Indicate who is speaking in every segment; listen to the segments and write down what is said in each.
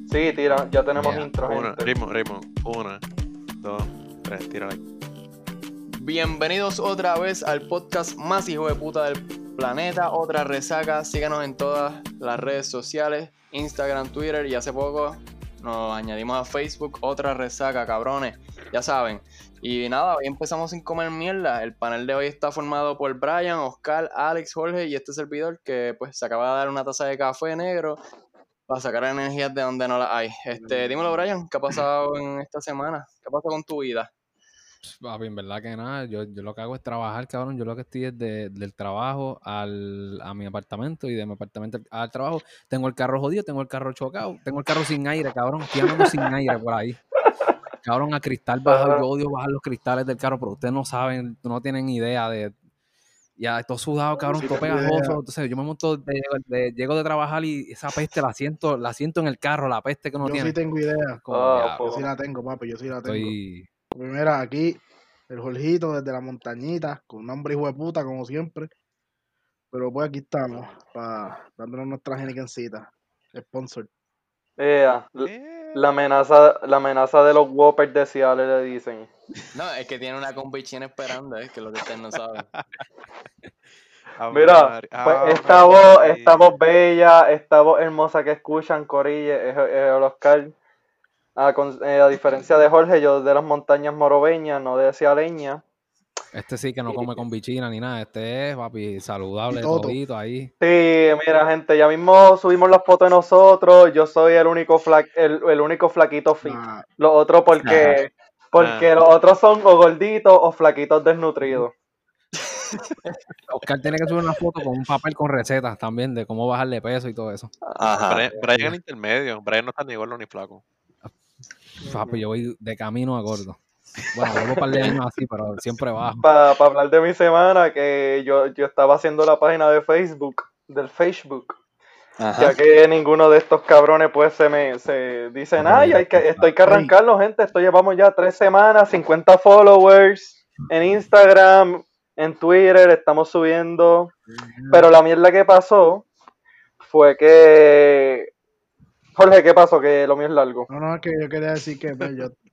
Speaker 1: Sí, tira, ya tenemos intro,
Speaker 2: Una,
Speaker 1: gente.
Speaker 2: ritmo. 1, 2, 3, tírala.
Speaker 3: Bienvenidos otra vez al podcast más hijo de puta del planeta, Otra Resaca. Síganos en todas las redes sociales, Instagram, Twitter, y hace poco nos añadimos a Facebook, Otra Resaca, cabrones, ya saben. Y nada, hoy empezamos sin comer mierda. El panel de hoy está formado por Brian, Oscar, Alex, Jorge y este servidor que pues se acaba de dar una taza de café negro para sacar energías de donde no las hay. Dímelo, Brian, ¿qué ha pasado en esta semana? ¿Qué ha pasado con tu vida?
Speaker 4: Papi, en verdad que nada, yo lo que hago es trabajar, cabrón. Yo lo que estoy es del trabajo a mi apartamento y de mi apartamento al trabajo. Tengo el carro jodido, tengo el carro chocado, tengo el carro sin aire, cabrón. Estoy andando sin aire por ahí. Cabrón, a cristal bajado. Yo odio bajar los cristales del carro, pero ustedes no saben, no tienen idea de... Ya, todo sudado, cabrón, todo pegajoso. Entonces yo me monto, llego de trabajar y esa peste la siento en el carro, la peste que uno tiene.
Speaker 5: Yo sí tengo idea. Yo sí la tengo, papi, yo sí la tengo. Mira, aquí el Jorgito desde la montañita, con un nombre hijo de puta, como siempre. Pero pues aquí estamos, dándonos nuestra geniquencita. Sponsor.
Speaker 1: La amenaza de los Whoppers de Ciales le dicen.
Speaker 3: No, es que tiene una compichina esperando, que es lo que ustedes no saben.
Speaker 1: Mira, pues esta voz bella, esta voz hermosa que escuchan, Corille, es el Oscar. A diferencia de Jorge, yo de las montañas morobeñas, no de cialeña.
Speaker 4: Este sí que no come con bichina ni nada. Este es, papi, saludable, todito ahí.
Speaker 1: Sí, mira, gente, ya mismo subimos las fotos de nosotros. Yo soy el único el único flaquito fit. Los otros porque los otros son o gorditos o flaquitos desnutridos.
Speaker 4: Oscar tiene que subir una foto con un papel con recetas también de cómo bajarle peso y todo eso.
Speaker 2: Ajá. Brian en intermedio. Brian no está ni gordo ni flaco.
Speaker 4: Papi, yo voy de camino a gordo. Bueno, llevo un par de años así, pero siempre bajo.
Speaker 1: Para hablar de mi semana, que yo estaba haciendo la página de Facebook, del Facebook. Ajá. Ya que ninguno de estos cabrones pues se dicen, estoy que arrancarlo, gente. Esto llevamos ya 3 semanas, 50 followers en Instagram, en Twitter, estamos subiendo. Pero la mierda que pasó fue que... Jorge, ¿qué pasó? Que lo mío es largo.
Speaker 5: No, es que yo quería decir que pues,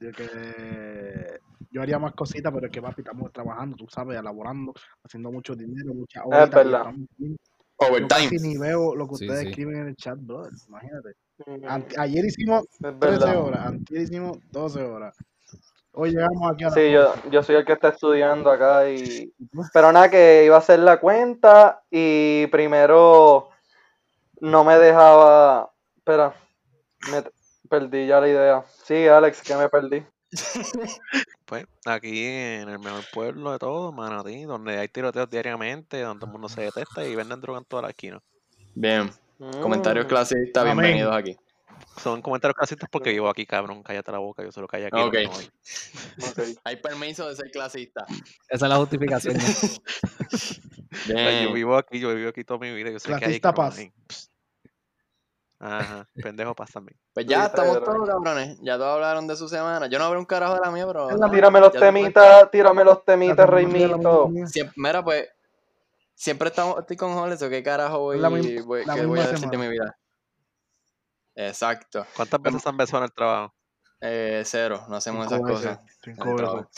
Speaker 5: yo haría más cositas, pero es que papi, estamos trabajando, tú sabes, elaborando, haciendo mucho dinero, muchas horas.
Speaker 1: Es verdad.
Speaker 5: Yo casi ni veo lo que ustedes escriben en el chat, brother, imagínate. Ayer hicimos 13 horas, antier hicimos 12 horas. Hoy llegamos aquí a la...
Speaker 1: Sí, yo soy el que está estudiando acá pero nada, que iba a hacer la cuenta y primero no me dejaba... Espera, me perdí ya la idea. Sí, Alex, que me perdí.
Speaker 2: Pues aquí en el mejor pueblo de todo, Manatí, donde hay tiroteos diariamente, donde todo el mundo se detesta y venden droga en toda la esquina.
Speaker 3: Bien, comentarios clasistas, bienvenidos aquí.
Speaker 2: Son comentarios clasistas porque vivo aquí, cabrón, cállate la boca, yo solo callo aquí.
Speaker 3: Okay. Hay permiso de ser clasista.
Speaker 4: Esa es la justificación.
Speaker 2: Yo vivo aquí toda mi vida, yo soy
Speaker 5: clasista paz.
Speaker 2: Ajá, pendejo paz también.
Speaker 3: Pues ya estamos todos, cabrones. Ya todos hablaron de su semana. Yo no hablé un carajo de la mía, pero...
Speaker 1: Tírame los temitas, Reimito.
Speaker 3: Mira, pues... Siempre estoy con Jorge, ¿o qué carajo voy a decir de mi vida? Exacto.
Speaker 2: ¿Cuántas veces se han besado en el trabajo?
Speaker 3: 0, no hacemos esas cosas.
Speaker 5: 5 veces.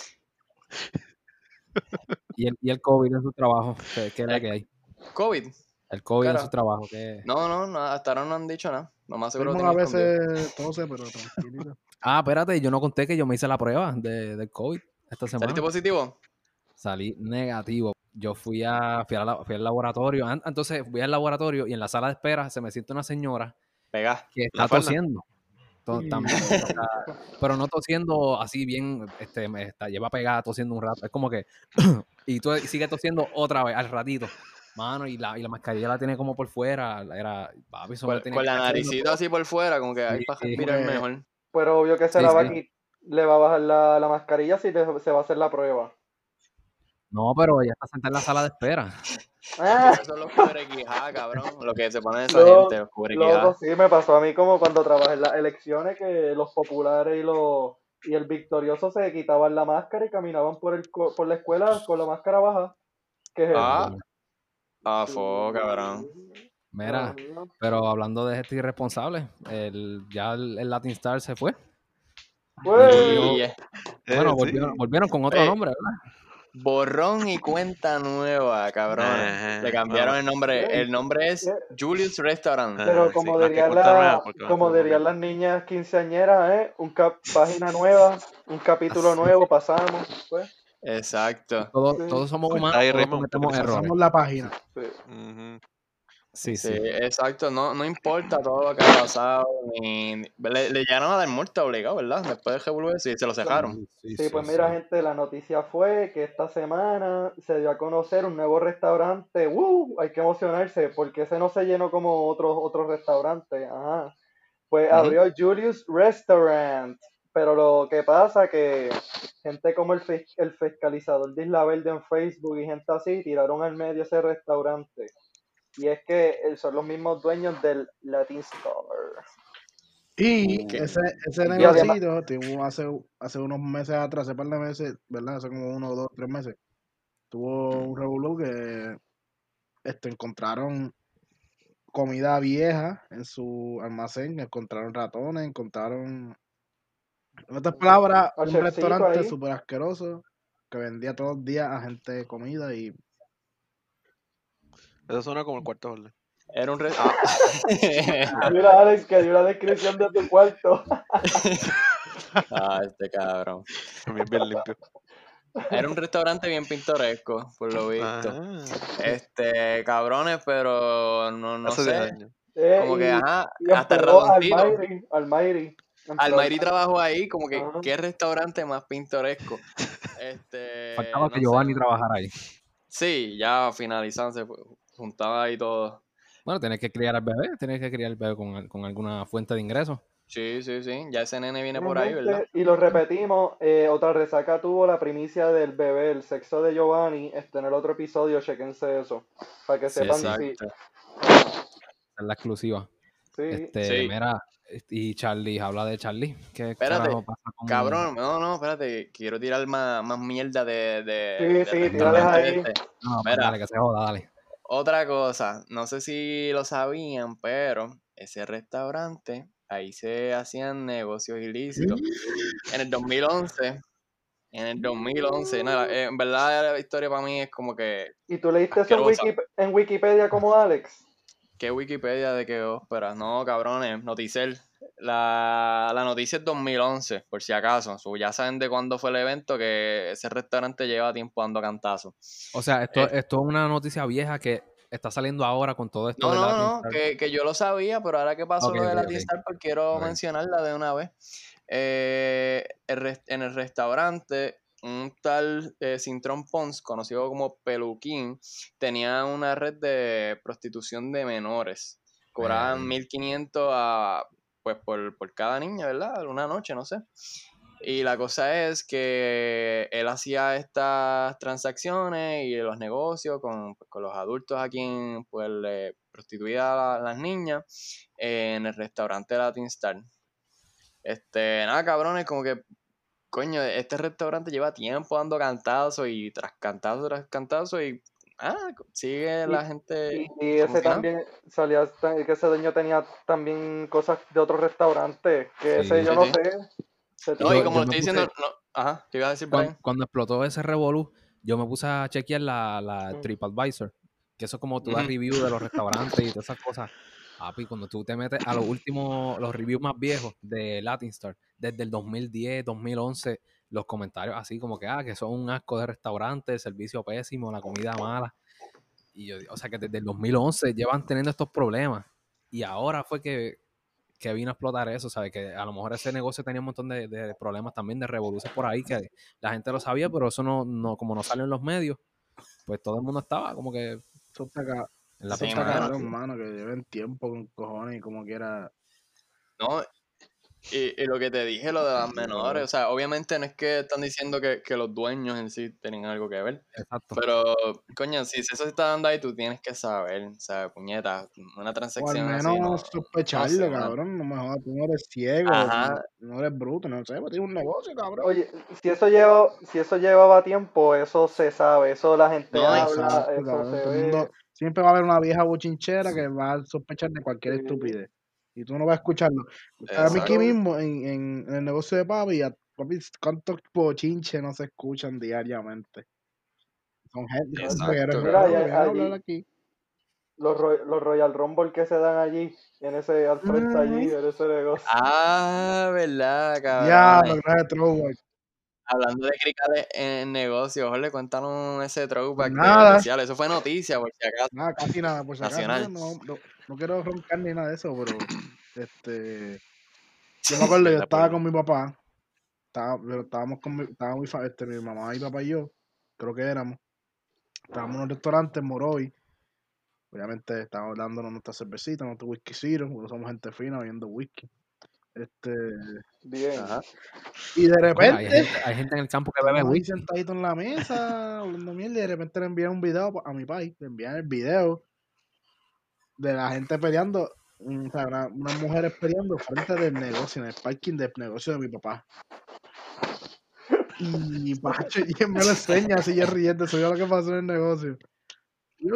Speaker 4: ¿Y el COVID en su trabajo? ¿Qué es la que hay?
Speaker 3: ¿COVID?
Speaker 4: El COVID en su trabajo, ¿qué?
Speaker 3: No, hasta ahora no han dicho nada. Nomás seguro
Speaker 5: a veces tose, pero tranquilito.
Speaker 4: Espérate, yo no conté que yo me hice la prueba del COVID esta semana.
Speaker 3: ¿Saliste positivo?
Speaker 4: Salí negativo. Yo fui al laboratorio. Entonces fui al laboratorio y en la sala de espera se me siente una señora que está tosiendo. También, pero no tosiendo así bien, lleva pegada tosiendo un rato. Es como que y tú sigues tosiendo otra vez al ratito. Mano, y la mascarilla la tiene como por fuera. Papi,
Speaker 3: con la naricita así por fuera, como que ahí para respirar mejor.
Speaker 1: Pero obvio que le va a bajar la mascarilla si se va a hacer la prueba.
Speaker 4: No, pero ella está sentada en la sala de espera.
Speaker 3: Esos son los cubrequijas, cabrón. Lo que se ponen esa gente, los cubrequijas.
Speaker 1: Sí, me pasó a mí como cuando trabajé en las elecciones, que los populares y el victorioso se quitaban la máscara y caminaban por la escuela con la máscara baja. ¿Qué es eso?
Speaker 3: Cabrón.
Speaker 4: Mira, pero hablando de gente irresponsable, ya el Latin Star se fue. Bueno, volvieron con otro nombre, ¿verdad?
Speaker 3: Borrón y cuenta nueva, cabrón. Le cambiaron el nombre. El nombre es Julius Restaurant.
Speaker 1: Pero como dirían las niñas quinceañeras, página nueva, un capítulo nuevo, pasamos. Pues.
Speaker 3: Exacto.
Speaker 4: Todos somos humanos, todos cometemos errores.
Speaker 5: Pasamos la página.
Speaker 3: Sí, exacto. No importa todo lo que ha pasado. Le llegaron a dar multa obligado, ¿verdad? Después de Revolver, sí, se lo cejaron.
Speaker 1: Sí, pues mira, gente, la noticia fue que esta semana se dio a conocer un nuevo restaurante. Hay que emocionarse, porque ese no se llenó como otros restaurantes. Ajá. Pues abrió Julius Restaurant. Pero lo que pasa que gente como el fiscalizador de Isla Verde en Facebook y gente así tiraron al medio ese restaurante. Y es que son los mismos dueños del Latin Star.
Speaker 5: Y ese negocito tuvo hace unos meses atrás, hace par de meses, ¿verdad? Hace como 1, 2, 3 meses. Tuvo un revolú que encontraron comida vieja en su almacén, encontraron ratones, encontraron, en otras palabras, un restaurante súper asqueroso que vendía todos los días a gente comida y...
Speaker 2: Eso suena como el cuarto orden.
Speaker 3: Era un
Speaker 1: Mira, Alex, que dio la descripción de tu cuarto.
Speaker 3: Este cabrón.
Speaker 2: Bien limpio.
Speaker 3: Era un restaurante bien pintoresco, por lo visto. Cabrones, pero no sé. Como que, hasta el ratoncito.
Speaker 1: Almighty
Speaker 3: trabajó ahí, como que, ¿qué restaurante más pintoresco?
Speaker 4: Faltaba que Giovanni trabajara ahí.
Speaker 3: Sí, ya finalizando, se juntaba ahí todo.
Speaker 4: Bueno, tienes que criar al bebé, con alguna fuente de ingresos.
Speaker 3: Sí, ya ese nene viene por ahí, ¿verdad?
Speaker 1: Y lo repetimos, Otra Resaca tuvo la primicia del bebé, el sexo de Giovanni, en el otro episodio, chequense eso, para que sepan.
Speaker 3: Exacto.
Speaker 4: Es la exclusiva.
Speaker 1: Sí.
Speaker 4: Mira, y Charlie, habla de Charlie. ¿Qué
Speaker 3: espérate,
Speaker 4: pasa con...
Speaker 3: cabrón, no, espérate, quiero tirar más mierda
Speaker 1: Sí, tírales ahí.
Speaker 4: No, mira, dale, que se joda, dale.
Speaker 3: Otra cosa, no sé si lo sabían, pero ese restaurante, ahí se hacían negocios ilícitos. En el 2011, en verdad la historia para mí es como que...
Speaker 1: ¿Y tú leíste eso en Wikipedia como Alex?
Speaker 3: ¿Qué Wikipedia de qué ópera? No, cabrones, Noticel. La noticia es 2011, por si acaso. Ya saben de cuándo fue el evento, que ese restaurante lleva tiempo dando cantazos.
Speaker 4: O sea, esto es una noticia vieja que está saliendo ahora con todo esto de
Speaker 3: Latin Star. Que yo lo sabía, pero ahora que pasó lo de Latin Star, pues quiero mencionarla de una vez. En el restaurante, un tal Cintrón Pons, conocido como Peluquín, tenía una red de prostitución de menores. Cobraban 1.500 pues por cada niña, ¿verdad? Una noche, no sé. Y la cosa es que él hacía estas transacciones y los negocios con los adultos a quien pues le prostituía a las niñas en el restaurante Latin Star. Nada, cabrones, como que coño, este restaurante lleva tiempo dando cantazos y tras cantazos y sigue la gente.
Speaker 1: Y ese también salía, que ese dueño tenía también cosas de otros restaurantes, que ese yo no sé.
Speaker 3: No, y como lo estoy diciendo, ¿qué ibas a decir, Brian?
Speaker 4: Cuando explotó ese revolú, yo me puse a chequear la TripAdvisor, que eso es como tú das review de los restaurantes y todas esas cosas. Papi, cuando tú te metes a los reviews más viejos de Latin Star, desde el 2010, 2011, los comentarios así como que son un asco de restaurante, el servicio pésimo, la comida mala. Y yo, o sea que desde el 2011 llevan teniendo estos problemas. Y ahora fue que vino a explotar eso, ¿sabes? Que a lo mejor ese negocio tenía un montón de problemas también, de revoluciones por ahí, que la gente lo sabía, pero eso no como no salió en los medios, pues todo el mundo estaba como que...
Speaker 5: Eso está acá.
Speaker 4: En la
Speaker 5: cabrón, mano, que lleven tiempo con cojones y como quiera.
Speaker 3: No, Y lo que te dije, lo de las menores, o sea, obviamente no es que están diciendo que los dueños en sí tienen algo que ver.
Speaker 4: Exacto.
Speaker 3: Pero, coño, si eso se está dando ahí, tú tienes que saber, o sea, puñeta, una
Speaker 5: O al
Speaker 3: transacción así,
Speaker 5: menos
Speaker 3: no
Speaker 5: sospecharlo,
Speaker 3: sé,
Speaker 5: cabrón. No me jodas, tú no eres ciego,
Speaker 3: Ajá,
Speaker 5: no eres bruto, no sé, pero tienes un negocio, cabrón.
Speaker 1: Oye, si eso llevaba tiempo, eso se sabe, eso la gente
Speaker 3: no,
Speaker 1: habla,
Speaker 5: Exacto,
Speaker 1: eso
Speaker 5: cabrón.
Speaker 1: se
Speaker 5: Todo el
Speaker 1: ve.
Speaker 5: mundo, siempre va a haber una vieja bochinchera que va a sospechar de cualquier
Speaker 1: Sí,
Speaker 5: estupidez. Y tú no vas a escucharlo. A mí aquí
Speaker 3: exacto.
Speaker 5: mismo, en el negocio de papi, ¿cuántos bochinches no se escuchan diariamente? Son gente, son regueros,
Speaker 3: Exacto,
Speaker 1: mira,
Speaker 5: cabrón, que
Speaker 3: cabrón.
Speaker 5: vienen a hablar
Speaker 1: allí,
Speaker 5: aquí.
Speaker 1: los Royal Rumble que se dan allí, al frente allí, en ese negocio.
Speaker 3: Ah, verdad,
Speaker 5: Diablo,
Speaker 3: cabrones.
Speaker 5: clase de throwback.
Speaker 3: Hablando de cricales en negocios, Jorge, cuéntanos ese
Speaker 5: Pues
Speaker 3: throwback de
Speaker 5: nada,
Speaker 3: especial. Eso fue noticia, por si acaso,
Speaker 5: casi nada, por si acaso.
Speaker 3: nacional.
Speaker 5: No quiero roncar ni nada de eso, pero yo me acuerdo, yo
Speaker 2: Mierda,
Speaker 5: estaba
Speaker 2: pueblo.
Speaker 5: con mi papá, estábamos con mi mamá y papá y yo, creo que estábamos en un restaurante en Morovi, obviamente estábamos dándonos nuestra cervecita, nuestro whisky zero, porque somos gente fina bebiendo whisky.
Speaker 1: Bien.
Speaker 3: Ajá.
Speaker 5: Y de
Speaker 4: Oye,
Speaker 5: repente,
Speaker 4: hay gente en el campo que bebe
Speaker 5: estamos ahí
Speaker 4: whisky.
Speaker 5: sentaditos en la mesa, hablando mierda, y de repente le envían un video a mi país, le envían el video de la gente peleando, o sea, unas mujeres peleando frente del negocio, en el parking del negocio de mi papá. Y Pacho, y él me lo enseña así, yo riendo, eso es lo que pasó en el negocio. Y yo,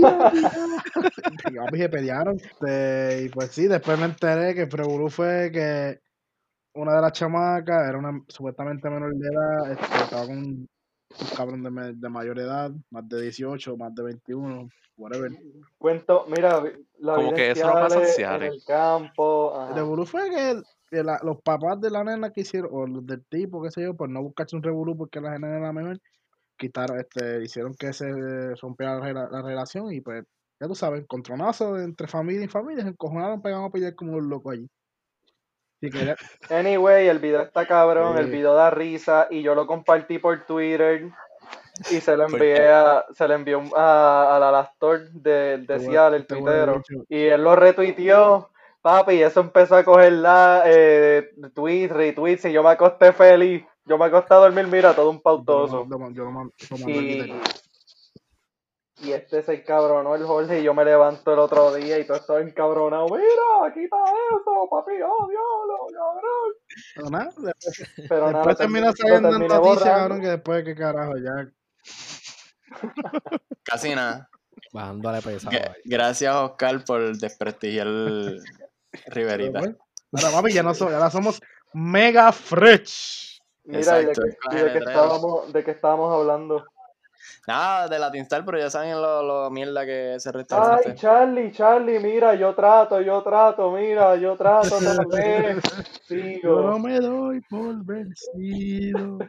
Speaker 5: y papi, se pelearon. Y pues sí, después me enteré que el revolú fue que una de las chamacas era una supuestamente menor de edad, estaba con un cabrón de mayor edad, más de 18, más de 21, whatever.
Speaker 1: Cuento, mira, la
Speaker 2: Como que eso no
Speaker 1: vivencial
Speaker 2: pasa en
Speaker 1: en
Speaker 2: Ciales.
Speaker 1: el campo.
Speaker 5: El
Speaker 1: Ajá.
Speaker 5: revolú fue que los papás de la nena que hicieron, o los del tipo, qué sé yo, por no buscarse un revolú porque la nena era menor, quitaron, hicieron que se rompiera la relación y pues, ya tú sabes, encontronazo entre familia y familia, se encojonaron, pegamos a pelear como los locos allí. Si quería,
Speaker 1: Anyway, el video está cabrón, el
Speaker 5: eh,
Speaker 1: video da risa y yo lo compartí por Twitter y
Speaker 3: ¿Por qué?
Speaker 1: se le envió al Alastor de Cial, el
Speaker 5: este huele
Speaker 1: tuitero,
Speaker 5: bicho,
Speaker 1: y él lo retuiteó, papi, y eso empezó a coger tweets, retweets, y yo me acosté feliz, yo me acosté a dormir, mira, todo un pautoso.
Speaker 5: yo lo mandé a
Speaker 1: Y,
Speaker 5: quitar.
Speaker 1: y este se encabronó el Jorge y yo me levanto el otro día y todo estaba encabronado, mira, quita eso, papi, oh, diablo, cabrón.
Speaker 5: Pero nada,
Speaker 1: Pero nada,
Speaker 5: después termina
Speaker 1: lo
Speaker 5: saliendo en
Speaker 1: terminé
Speaker 5: noticias, cabrón,
Speaker 1: borrando.
Speaker 5: que después, qué carajo, ya.
Speaker 3: Casi nada.
Speaker 4: Bajándole pesado ahí.
Speaker 3: Gracias, Oscar, por desprestigiar
Speaker 5: Pero
Speaker 3: Riverita.
Speaker 5: pues, ahora, papi, ahora somos mega fresh.
Speaker 1: Mira,
Speaker 3: Exacto.
Speaker 1: y de qué estábamos hablando.
Speaker 3: Nada, de la Tinstar, pero ya saben lo mierda que ese
Speaker 1: Ay,
Speaker 3: restaurante.
Speaker 1: Charlie, mira, yo trato, mira, yo trato otra vez.
Speaker 5: Yo no
Speaker 1: Sigo.
Speaker 5: me doy por vencido.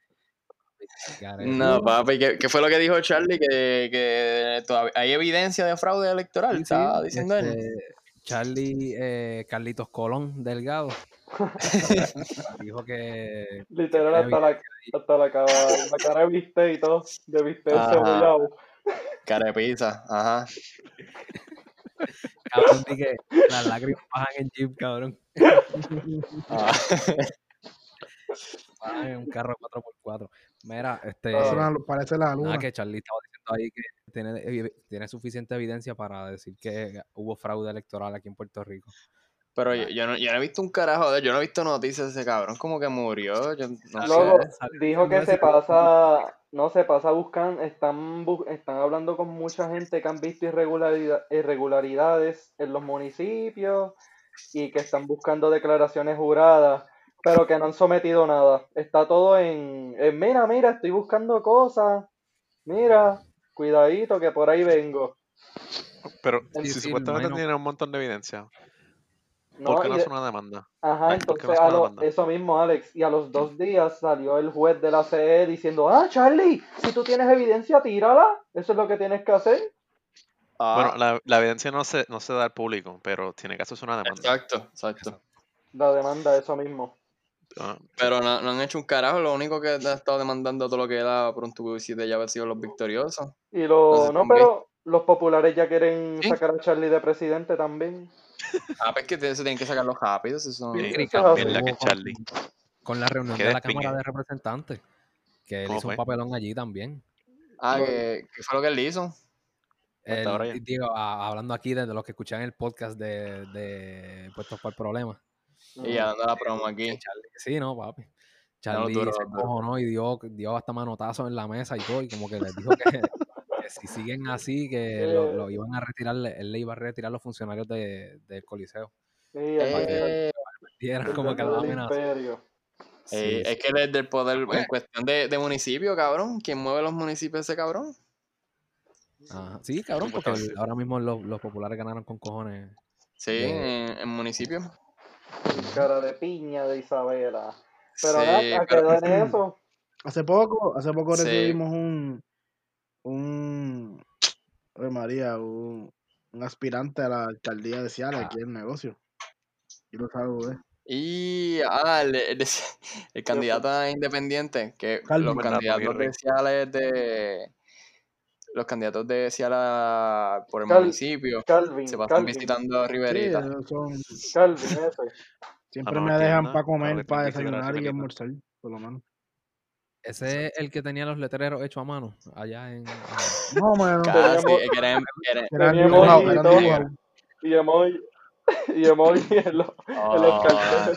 Speaker 3: No, papi, ¿qué fue lo que dijo Charlie? Que todavía hay evidencia de fraude electoral,
Speaker 4: Sí,
Speaker 3: estaba diciendo él.
Speaker 4: Charlie, Carlitos Colón Delgado, dijo que
Speaker 1: Literal,
Speaker 4: tiene
Speaker 1: hasta la cara de bistec y todo, de bistec
Speaker 3: Ajá,
Speaker 1: cebollado.
Speaker 3: carepizza, ajá.
Speaker 4: cabrón, dije que las lágrimas bajan en Jeep, cabrón.
Speaker 3: Ah.
Speaker 4: Bajan en un carro 4x4. Mira,
Speaker 5: Parece la
Speaker 4: nada,
Speaker 5: luna.
Speaker 4: que Charlie estaba diciendo ahí que tiene suficiente evidencia para decir que hubo fraude electoral aquí en Puerto Rico.
Speaker 3: Pero yo no he visto un carajo de él, yo no he visto noticias de ese cabrón, como que murió, yo no
Speaker 1: Luego
Speaker 3: sé.
Speaker 1: dijo que se pasa buscando, están hablando con mucha gente que han visto irregularidades en los municipios y que están buscando declaraciones juradas, pero que no han sometido nada. Está todo mira, estoy buscando cosas, mira, cuidadito que por ahí vengo.
Speaker 2: Pero
Speaker 1: Sí,
Speaker 2: si supuestamente tiene un montón de evidencia, ¿por
Speaker 1: No,
Speaker 2: qué no hace una demanda?
Speaker 1: ajá,
Speaker 2: ¿Por qué no
Speaker 1: entonces
Speaker 2: hace una demanda?
Speaker 1: eso mismo, Alex, y a los 2 días salió el juez de la CE diciendo, Charlie, si tú tienes evidencia, tírala, eso es lo que tienes que hacer.
Speaker 2: Bueno, la evidencia no se da al público, pero tiene que hacerse una demanda.
Speaker 3: Exacto.
Speaker 1: La demanda, eso mismo.
Speaker 3: Pero no han hecho un carajo, lo único que ha estado demandando todo lo que era por un tubo de ya haber sido los victoriosos.
Speaker 1: Y
Speaker 3: No sé
Speaker 1: no,
Speaker 3: con qué.
Speaker 1: los populares ya quieren sacar a Charlie de presidente también.
Speaker 3: Pues que se tienen que sacar los rápidos. Eso
Speaker 4: con la reunión de la Cámara de Representantes, que él hizo un papelón allí también.
Speaker 3: ¿Qué fue lo que él hizo?
Speaker 4: Digo, hablando aquí de los que escuchan el podcast de Puestos por el Problema.
Speaker 3: Y ya dando la promo aquí.
Speaker 4: Charlie, sí, no, papi. Charlie se cojonó y dio hasta manotazos en la mesa y todo, y como que les dijo que si siguen así, que lo iban a retirar, él le iba a retirar los funcionarios del Coliseo. Era como que la amenaza.
Speaker 3: Es que él es del poder en cuestión de municipio, cabrón. ¿Quién mueve los municipios ese cabrón?
Speaker 4: Ajá. Sí, cabrón, porque ahora mismo los populares ganaron con cojones.
Speaker 3: Sí, en municipio.
Speaker 1: Cara de piña de Isabela. Pero nada, quedó en eso.
Speaker 5: Hace poco recibimos un aspirante a la alcaldía de Ciales aquí en el negocio. Yo lo saludé.
Speaker 3: Y el candidato independiente, que los candidatos de Ciales los candidatos de Ciales por el municipio se pasan visitando a Riverita.
Speaker 5: Sí, Calvin, ese. Siempre me dejan para comer, para desayunar y almorzar, por lo menos.
Speaker 4: Ese es el que tenía los letreros hechos a mano, allá en...
Speaker 5: No, mano.
Speaker 1: Y emoji en los carteles.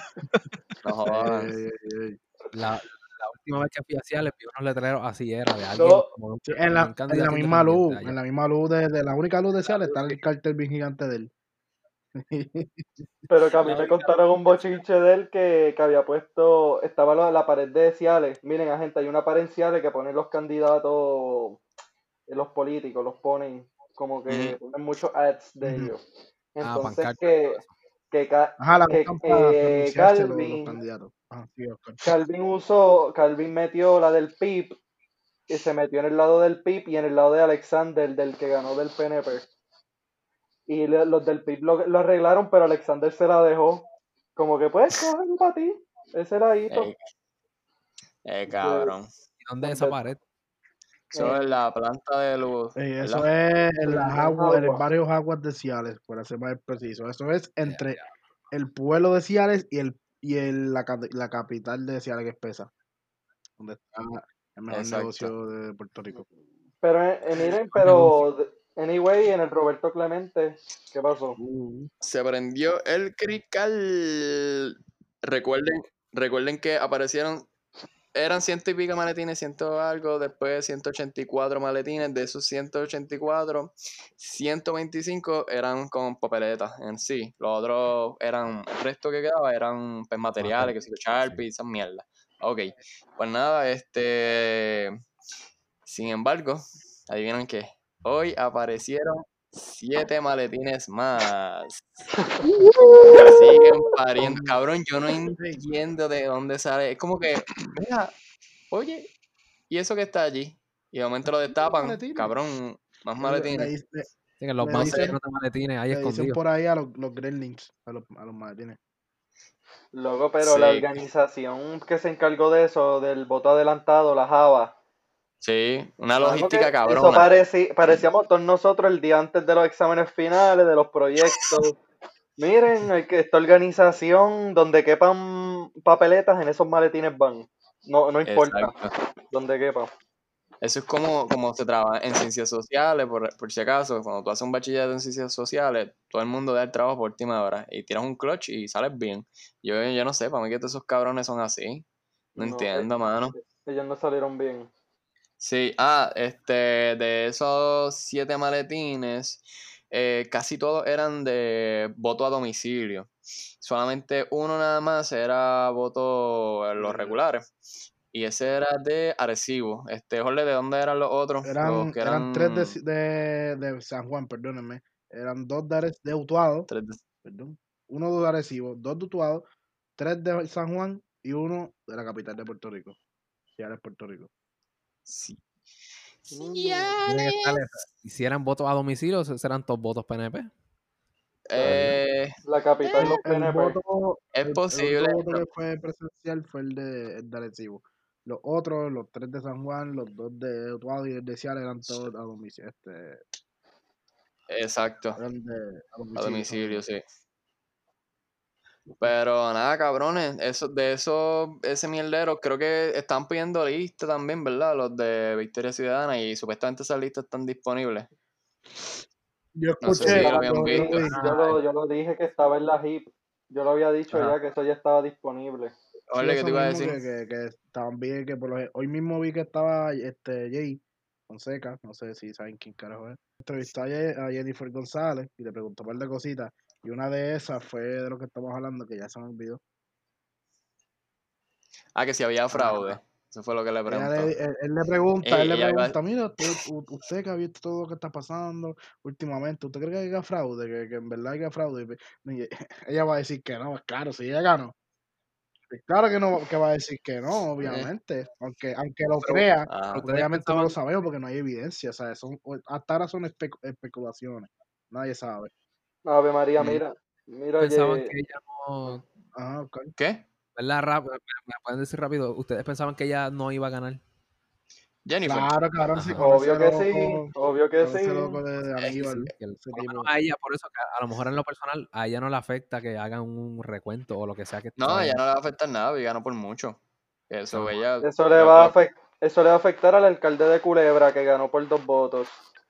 Speaker 4: La última vez que fui a Ciales vi unos letreros así, era de alguien.
Speaker 5: En la misma luz, de la única luz de Ciales está el cartel bien gigante de él.
Speaker 1: Pero que a mí me contaron un bochinche de él que había puesto, estaba la pared de Ciales. Miren, gente, hay una pared en Ciales que ponen los candidatos, los políticos, los ponen como que ponen muchos ads de ellos. Entonces Calvin metió la del PIB y se metió en el lado del PIB y en el lado de Alexander, del que ganó del PNP. Y los del PIB lo arreglaron, pero Alexander se la dejó. Como que pues, cógelo para ti. Ese ladito.
Speaker 3: Cabrón.
Speaker 4: ¿Y dónde es esa pared?
Speaker 3: Eso es la planta de luz.
Speaker 5: Eso es en las aguas, en el barrio Aguas de Ciales, por ser más preciso. Eso es entre el pueblo de Ciales y la capital de Ciales, que es Pesa, donde está el mejor negocio de Puerto Rico.
Speaker 1: Pero miren, anyway, en el Roberto Clemente, ¿qué pasó?
Speaker 3: Se prendió el crical. Recuerden que aparecieron, eran 100 y pico maletines, 100 algo, después 184 maletines. De esos 184, 125 eran con papeletas en sí. Los otros eran, el resto que quedaba eran pues, materiales, que si Sharpie y esas mierdas. Ok, pues nada, sin embargo, adivinen qué, hoy aparecieron 7 maletines más. Siguen pariendo. Cabrón, yo no entiendo de dónde sale. Es como que, mira, oye, ¿y eso que está allí? Y de momento lo destapan, cabrón, más maletines.
Speaker 4: Los más de maletines ahí escondidos.
Speaker 5: Por ahí a los gremlins, a los maletines.
Speaker 1: Luego, pero la organización que se encargó de eso, del voto adelantado, la Java.
Speaker 3: Sí, una logística cabrona.
Speaker 1: Eso parecíamos todos nosotros el día antes de los exámenes finales, de los proyectos. Miren, esta organización donde quepan papeletas, en esos maletines van. No importa donde quepan.
Speaker 3: Eso es como se trabaja en ciencias sociales, por si acaso. Cuando tú haces un bachillerato en ciencias sociales, todo el mundo da el trabajo por última hora. Y tiras un clutch y sales bien. Yo no sé, para mí que todos esos cabrones son así. No entiendo, mano.
Speaker 1: Ellos no salieron bien.
Speaker 3: Sí, de esos 7 maletines, casi todos eran de voto a domicilio. Solamente uno nada más era voto en los regulares. Y ese era de Arecibo. Jorge, ¿de dónde eran los otros?
Speaker 5: Eran 3 de San Juan, perdónenme. Eran 2 de Utuado. Perdón. 1 de Arecibo, 2 de Utuado, 3 de San Juan y 1 de la capital de Puerto Rico. Ciales, Puerto Rico.
Speaker 3: Sí.
Speaker 4: ¿Hicieran votos a domicilio, serán todos votos PNP?
Speaker 1: La capital los PNP.
Speaker 3: Es posible.
Speaker 5: El voto que fue presencial fue el de Arecibo. Los otros, los 3 de San Juan, los 2 de Utuado y el de Ciales eran todos a domicilio.
Speaker 3: Exacto.
Speaker 5: A
Speaker 3: domicilio, sí. Pero nada, cabrones, ese mierdero, creo que están pidiendo lista también, ¿verdad? Los de Victoria Ciudadana, y supuestamente esas listas están disponibles.
Speaker 5: Yo
Speaker 3: No sé
Speaker 5: escuché,
Speaker 3: si lo habían visto.
Speaker 1: Yo lo dije que estaba en la HIP. Yo lo había dicho ya que eso ya estaba disponible.
Speaker 3: Oye, ¿qué te iba a decir?
Speaker 5: Que también, que hoy mismo vi que estaba Jay Fonseca, no sé si saben quién carajo es. Entrevistó a Jennifer González y le preguntó un par de cositas. Y una de esas fue de lo que estamos hablando, que ya se me olvidó.
Speaker 3: Que si había fraude. Eso fue lo que le preguntó.
Speaker 5: Él le pregunta, mira, usted que ha visto todo lo que está pasando últimamente, ¿usted cree que haya fraude? Que en verdad haya fraude. Y ella va a decir que no, claro, si ella ganó. Claro que no, que va a decir que no, obviamente. Aunque lo crea, obviamente no lo sabemos porque no hay evidencia. O sea, hasta ahora son especulaciones. Nadie sabe.
Speaker 1: Ave María, mira.
Speaker 4: Pensaban que ella no.
Speaker 5: Ajá, okay.
Speaker 3: ¿Qué?
Speaker 4: ¿Verdad? ¿Me pueden decir rápido? ¿Ustedes pensaban que ella no iba a ganar?
Speaker 3: Jennifer.
Speaker 5: Claro, sí.
Speaker 1: Obvio que sí. Obvio que sí.
Speaker 5: Loco de Aníbal.
Speaker 4: A ella, por eso, que a lo mejor en lo personal, a ella no le afecta que hagan un recuento o lo que sea que
Speaker 3: no, a ella no le va a afectar nada, y ganó por mucho. Eso
Speaker 1: le va a afectar al alcalde de Culebra, que ganó por 2 votos.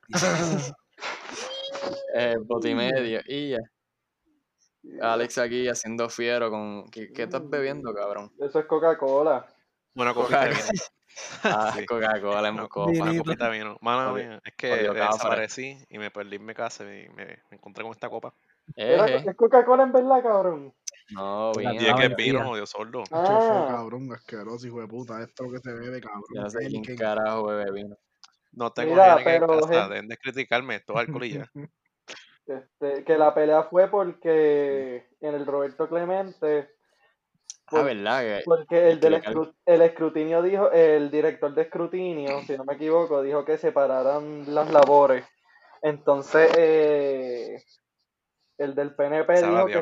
Speaker 3: Voto y medio. Y ya. Alex aquí haciendo fiero con... ¿Qué estás bebiendo, cabrón?
Speaker 1: Eso es Coca-Cola.
Speaker 2: Una copita de vino.
Speaker 3: Sí. Coca-Cola en copa.
Speaker 2: Una copita de vino. Mano mía, es que desaparecí y me perdí en mi casa y me encontré con esta copa.
Speaker 1: ¿Es Coca-Cola en verdad, cabrón?
Speaker 3: No, bien.
Speaker 2: Y es que es vino, Dios sordo.
Speaker 5: Cabrón, asqueroso, hijo de puta. Esto es lo que se bebe, cabrón.
Speaker 3: Yo no sé quién carajo bebe vino.
Speaker 2: No tengo ni en casa, deben de criticarme, todo alcohol y ya.
Speaker 1: Que la pelea fue porque en el Roberto Clemente...
Speaker 3: ¿verdad?
Speaker 1: Porque el escrutinio dijo, el director de escrutinio, si no me equivoco, dijo que separaran las labores. Entonces, el del PNP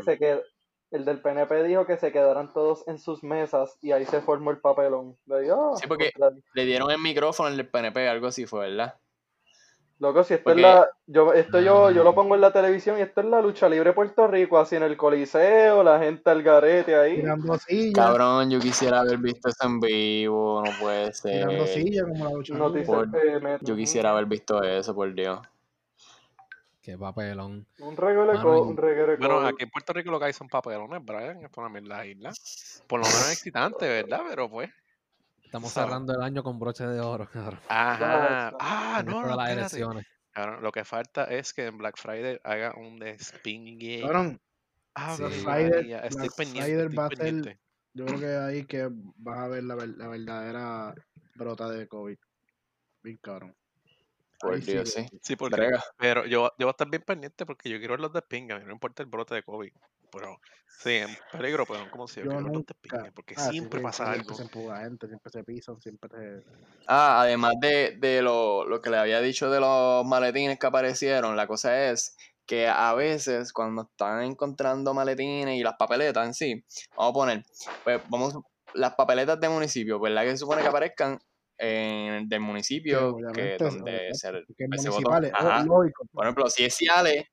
Speaker 1: dijo que se quedaran todos en sus mesas y ahí se formó el papelón.
Speaker 3: Sí, porque le dieron el micrófono al del PNP, algo así fue, ¿verdad?
Speaker 1: Loco, si esto es yo lo pongo en la televisión y esto es la lucha libre Puerto Rico, así en el Coliseo, la gente al garete ahí.
Speaker 5: Tirando sillas.
Speaker 3: Cabrón, yo quisiera haber visto eso en vivo, no puede ser.
Speaker 5: Tirando sillas como la lucha libre.
Speaker 3: Yo quisiera haber visto eso, por Dios.
Speaker 4: Qué papelón.
Speaker 1: Un reguero.
Speaker 2: Bueno, aquí en Puerto Rico lo que hay son papelones, Brian, es una mierda isla. Por lo menos excitante, ¿verdad? Pero pues...
Speaker 4: Estamos cerrando el año con broche de oro, cabrón.
Speaker 2: Ajá. No,
Speaker 4: las elecciones.
Speaker 2: Cabrón, lo que falta es que en Black Friday haga un despingue.
Speaker 5: Cabrón,
Speaker 2: estoy pendiente.
Speaker 5: Yo creo que ahí que vas a ver la verdadera brota de COVID. Bien cabrón.
Speaker 3: Por Dios, sí.
Speaker 2: Sí, pero yo voy a estar bien pendiente porque yo quiero ver los despingas, no importa el brote de COVID. Pero sí, en peligro, pero como si yo quiero ver los despingas, porque siempre pasa algo.
Speaker 5: Siempre se empuja gente, siempre se pisan, siempre se...
Speaker 3: Además de lo que le había dicho de los maletines que aparecieron, la cosa es que a veces cuando están encontrando maletines y las papeletas en sí, vamos a poner, pues las papeletas de municipio, ¿verdad? Que se supone que aparezcan del municipio donde se votó. Por ejemplo, si es Ciales,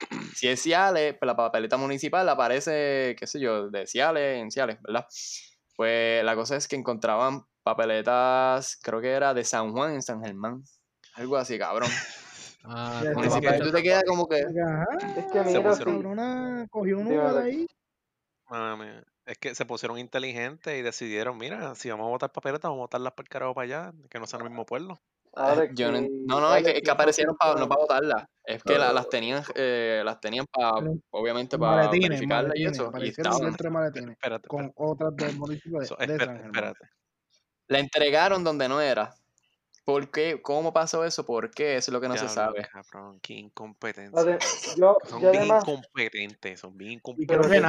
Speaker 3: pues la papeleta municipal aparece, qué sé yo, de Ciales, en Ciales, ¿verdad? Pues la cosa es que encontraban papeletas, creo que era de San Juan en San Germán. Algo así, cabrón. Tú te quedas como que...
Speaker 5: Es que mira, cabrona, cogió un Uber ahí.
Speaker 2: Es que se pusieron inteligentes y decidieron, mira, si vamos a votar papeletas, vamos a votarlas por el carajo para allá, que no sea el mismo pueblo.
Speaker 3: Es que aparecieron no para votarlas. Es que las tenían para, obviamente, para verificarlas y eso. Y estaban.
Speaker 2: Espérate.
Speaker 5: Con otras del municipio de San Germán.
Speaker 2: Espérate.
Speaker 3: La entregaron donde no era. ¿Por qué? ¿Cómo pasó eso? ¿Por qué? Eso es lo que no se sabe.
Speaker 2: Cabrón, qué incompetencia. Son bien incompetentes.
Speaker 5: Y creo que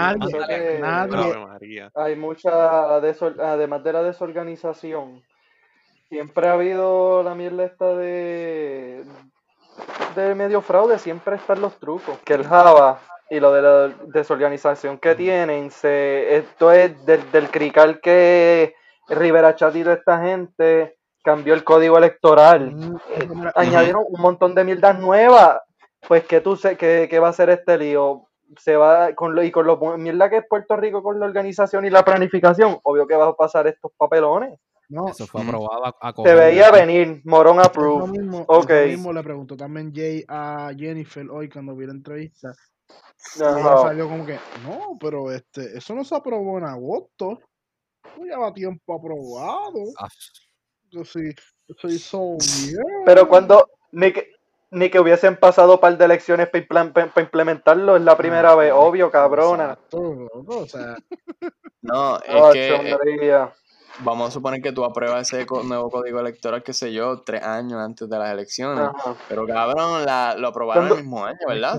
Speaker 5: nadie.
Speaker 1: Hay mucha, además de la desorganización, siempre ha habido la mierda esta de medio fraude, siempre están los trucos. Que el Java y lo de la desorganización que tienen, esto es del crical que Rivera Chat y toda esta gente cambió el código electoral, añadieron un montón de mierdas nuevas pues que tú sé que va a ser este lío. Se va con lo mierda que es Puerto Rico con la organización y la planificación, obvio que va a pasar estos papelones.
Speaker 5: No,
Speaker 4: eso fue aprobado a
Speaker 1: Se veía venir, Morón approved.
Speaker 5: Eso mismo le preguntó también Jay a Jennifer hoy cuando vi la entrevista. Y ella salió como que, no, pero eso no se aprobó en agosto. No lleva tiempo aprobado. Yo soy so bien.
Speaker 1: Pero cuando ni que hubiesen pasado un par de elecciones para implementarlo, es la primera vez, obvio, cabrona.
Speaker 5: Exacto, loco, o sea.
Speaker 3: No, es que vamos a suponer que tú apruebas ese nuevo código electoral, qué sé yo, 3 años antes de las elecciones. Ajá. Pero cabrón, lo aprobaron el mismo año, ¿verdad?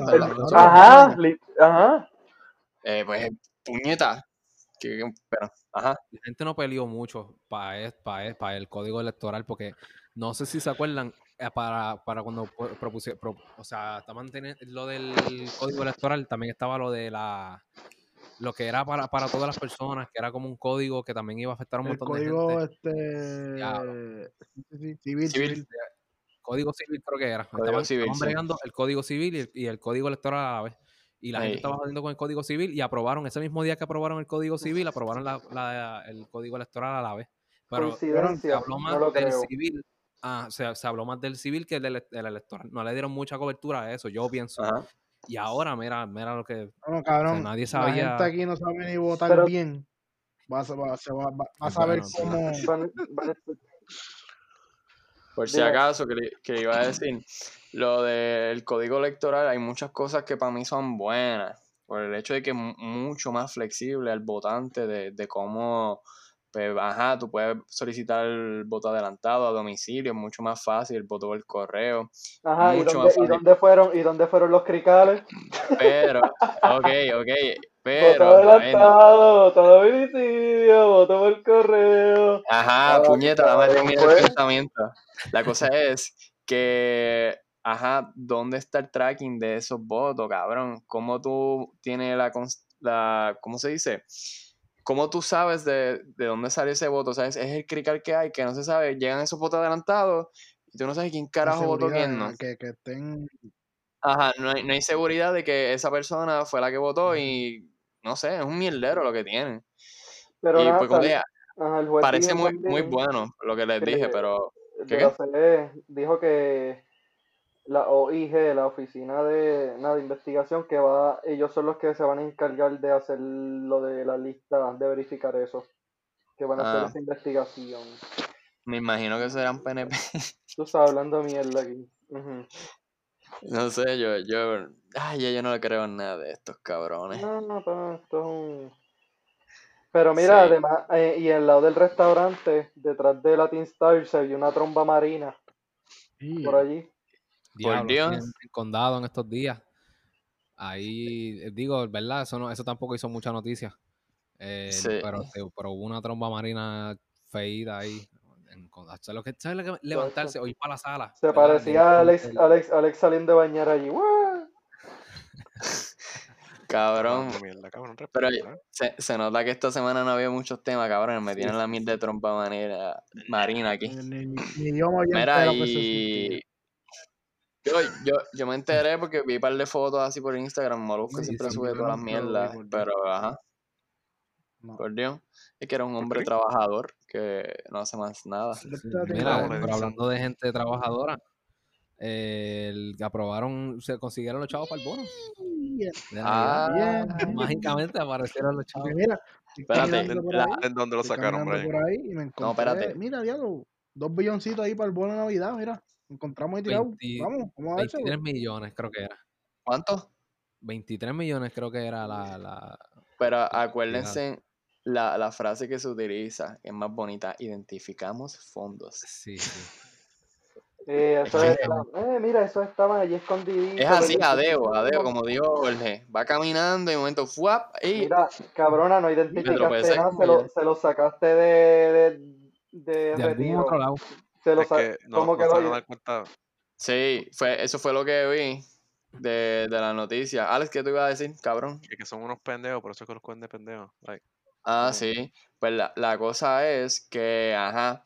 Speaker 1: Ajá.
Speaker 3: Pues, puñeta. Pero, ajá.
Speaker 4: La gente no peleó mucho para el código electoral porque no sé si se acuerdan para cuando propusieron, o sea, estaban teniendo lo del código electoral, también estaba lo de lo que era para todas las personas, que era como un código que también iba a afectar a un montón de
Speaker 5: gente. Civil.
Speaker 4: Código civil creo que era. Estaban bregando el código civil y el código electoral a la vez. Y la gente estaba jodiendo con el Código Civil y aprobaron, ese mismo día que aprobaron el Código Civil, aprobaron el Código Electoral a la vez. Pero se habló más del civil. Se habló más del civil que del electoral. No le dieron mucha cobertura a eso, yo pienso. Ajá. Y ahora, mira lo que...
Speaker 5: No, cabrón, o sea, nadie sabía... La gente aquí no sabe ni votar bien. Va a saber cómo...
Speaker 3: Por si acaso, que iba a decir, lo del código electoral, hay muchas cosas que para mí son buenas, por el hecho de que es mucho más flexible al votante de cómo, pues, tú puedes solicitar el voto adelantado a domicilio, es mucho más fácil, el voto por correo.
Speaker 1: Ajá, ¿y dónde fueron los cricales?
Speaker 3: Pero, ok, pero...
Speaker 1: Voto adelantado, voto a domicilio, voto por correo.
Speaker 3: Ajá, puñeta, dame terminar el pensamiento. La cosa es que, ¿dónde está el tracking de esos votos, cabrón? ¿Cómo tú tienes ¿cómo se dice? ¿Cómo tú sabes de dónde sale ese voto? ¿Sabes? Es el crical que hay, que no se sabe, llegan esos votos adelantados y tú no sabes quién carajo votó, quién no.
Speaker 5: Que estén...
Speaker 3: Ajá, no hay seguridad de que esa persona fue la que votó y, no sé, es un mierdero lo que tienen.
Speaker 1: Pero
Speaker 3: y pues como
Speaker 1: el juez
Speaker 3: parece muy bueno lo que les dije, pero...
Speaker 1: ¿Qué? Dijo que la OIG, la Oficina de Investigación, que ellos son los que se van a encargar de hacer lo de la lista, de verificar eso, que van a hacer esa investigación.
Speaker 3: Me imagino que serán PNP.
Speaker 1: Tú estás hablando mierda aquí.
Speaker 3: No sé, yo no le creo en nada de estos cabrones.
Speaker 1: No, pero esto es un... Pero mira, además, y al lado del restaurante, detrás de Latin Star, se vio una tromba marina. Por allí.
Speaker 4: Por Dios. En el condado en estos días. Ahí, digo, ¿verdad? Eso tampoco hizo mucha noticia. Pero hubo una tromba marina feída ahí. ¿Sabes lo que levantarse o ir para la sala?
Speaker 1: Se parecía a Alex saliendo de bañar allí.
Speaker 3: Cabrón. Pero se nota que esta semana no había muchos temas, cabrón. Me tienen la mierda de tromba marina aquí. Mira, y... Yo me enteré porque vi un par de fotos así por Instagram. Molusco siempre sube todas las mierdas. Pero, por Dios. Es que era un hombre trabajador que no hace más nada.
Speaker 4: Mira, pero hablando de gente trabajadora, aprobaron, se consiguieron los chavos para el bono. Mágicamente aparecieron los chavos.
Speaker 5: Mira,
Speaker 2: espérate, ¿en dónde lo sacaron, Brian?
Speaker 5: Por ahí y me encontré, no, espérate. Mira, diablo, 2 billoncitos ahí para el bono de Navidad, mira. Encontramos ahí tirado. Vamos a ver.
Speaker 4: 23 millones creo que era.
Speaker 3: ¿Cuánto?
Speaker 4: 23 millones creo que era la...
Speaker 3: Pero acuérdense la frase que se utiliza, es más bonita, identificamos fondos.
Speaker 4: Sí.
Speaker 1: Mira, eso estaba allí escondidito.
Speaker 3: Es así, adeo, como digo Jorge. Va caminando y de momento ¡fuap!
Speaker 1: Mira, cabrona, no identificaste nada, se lo sacaste de
Speaker 4: algún otro lado.
Speaker 3: Sí, eso fue lo que vi de la noticia. Alex, ¿qué te iba a decir, cabrón?
Speaker 2: Que son unos pendejos, por eso es que los cogen de pendejos.
Speaker 3: Sí. Pues la cosa es que,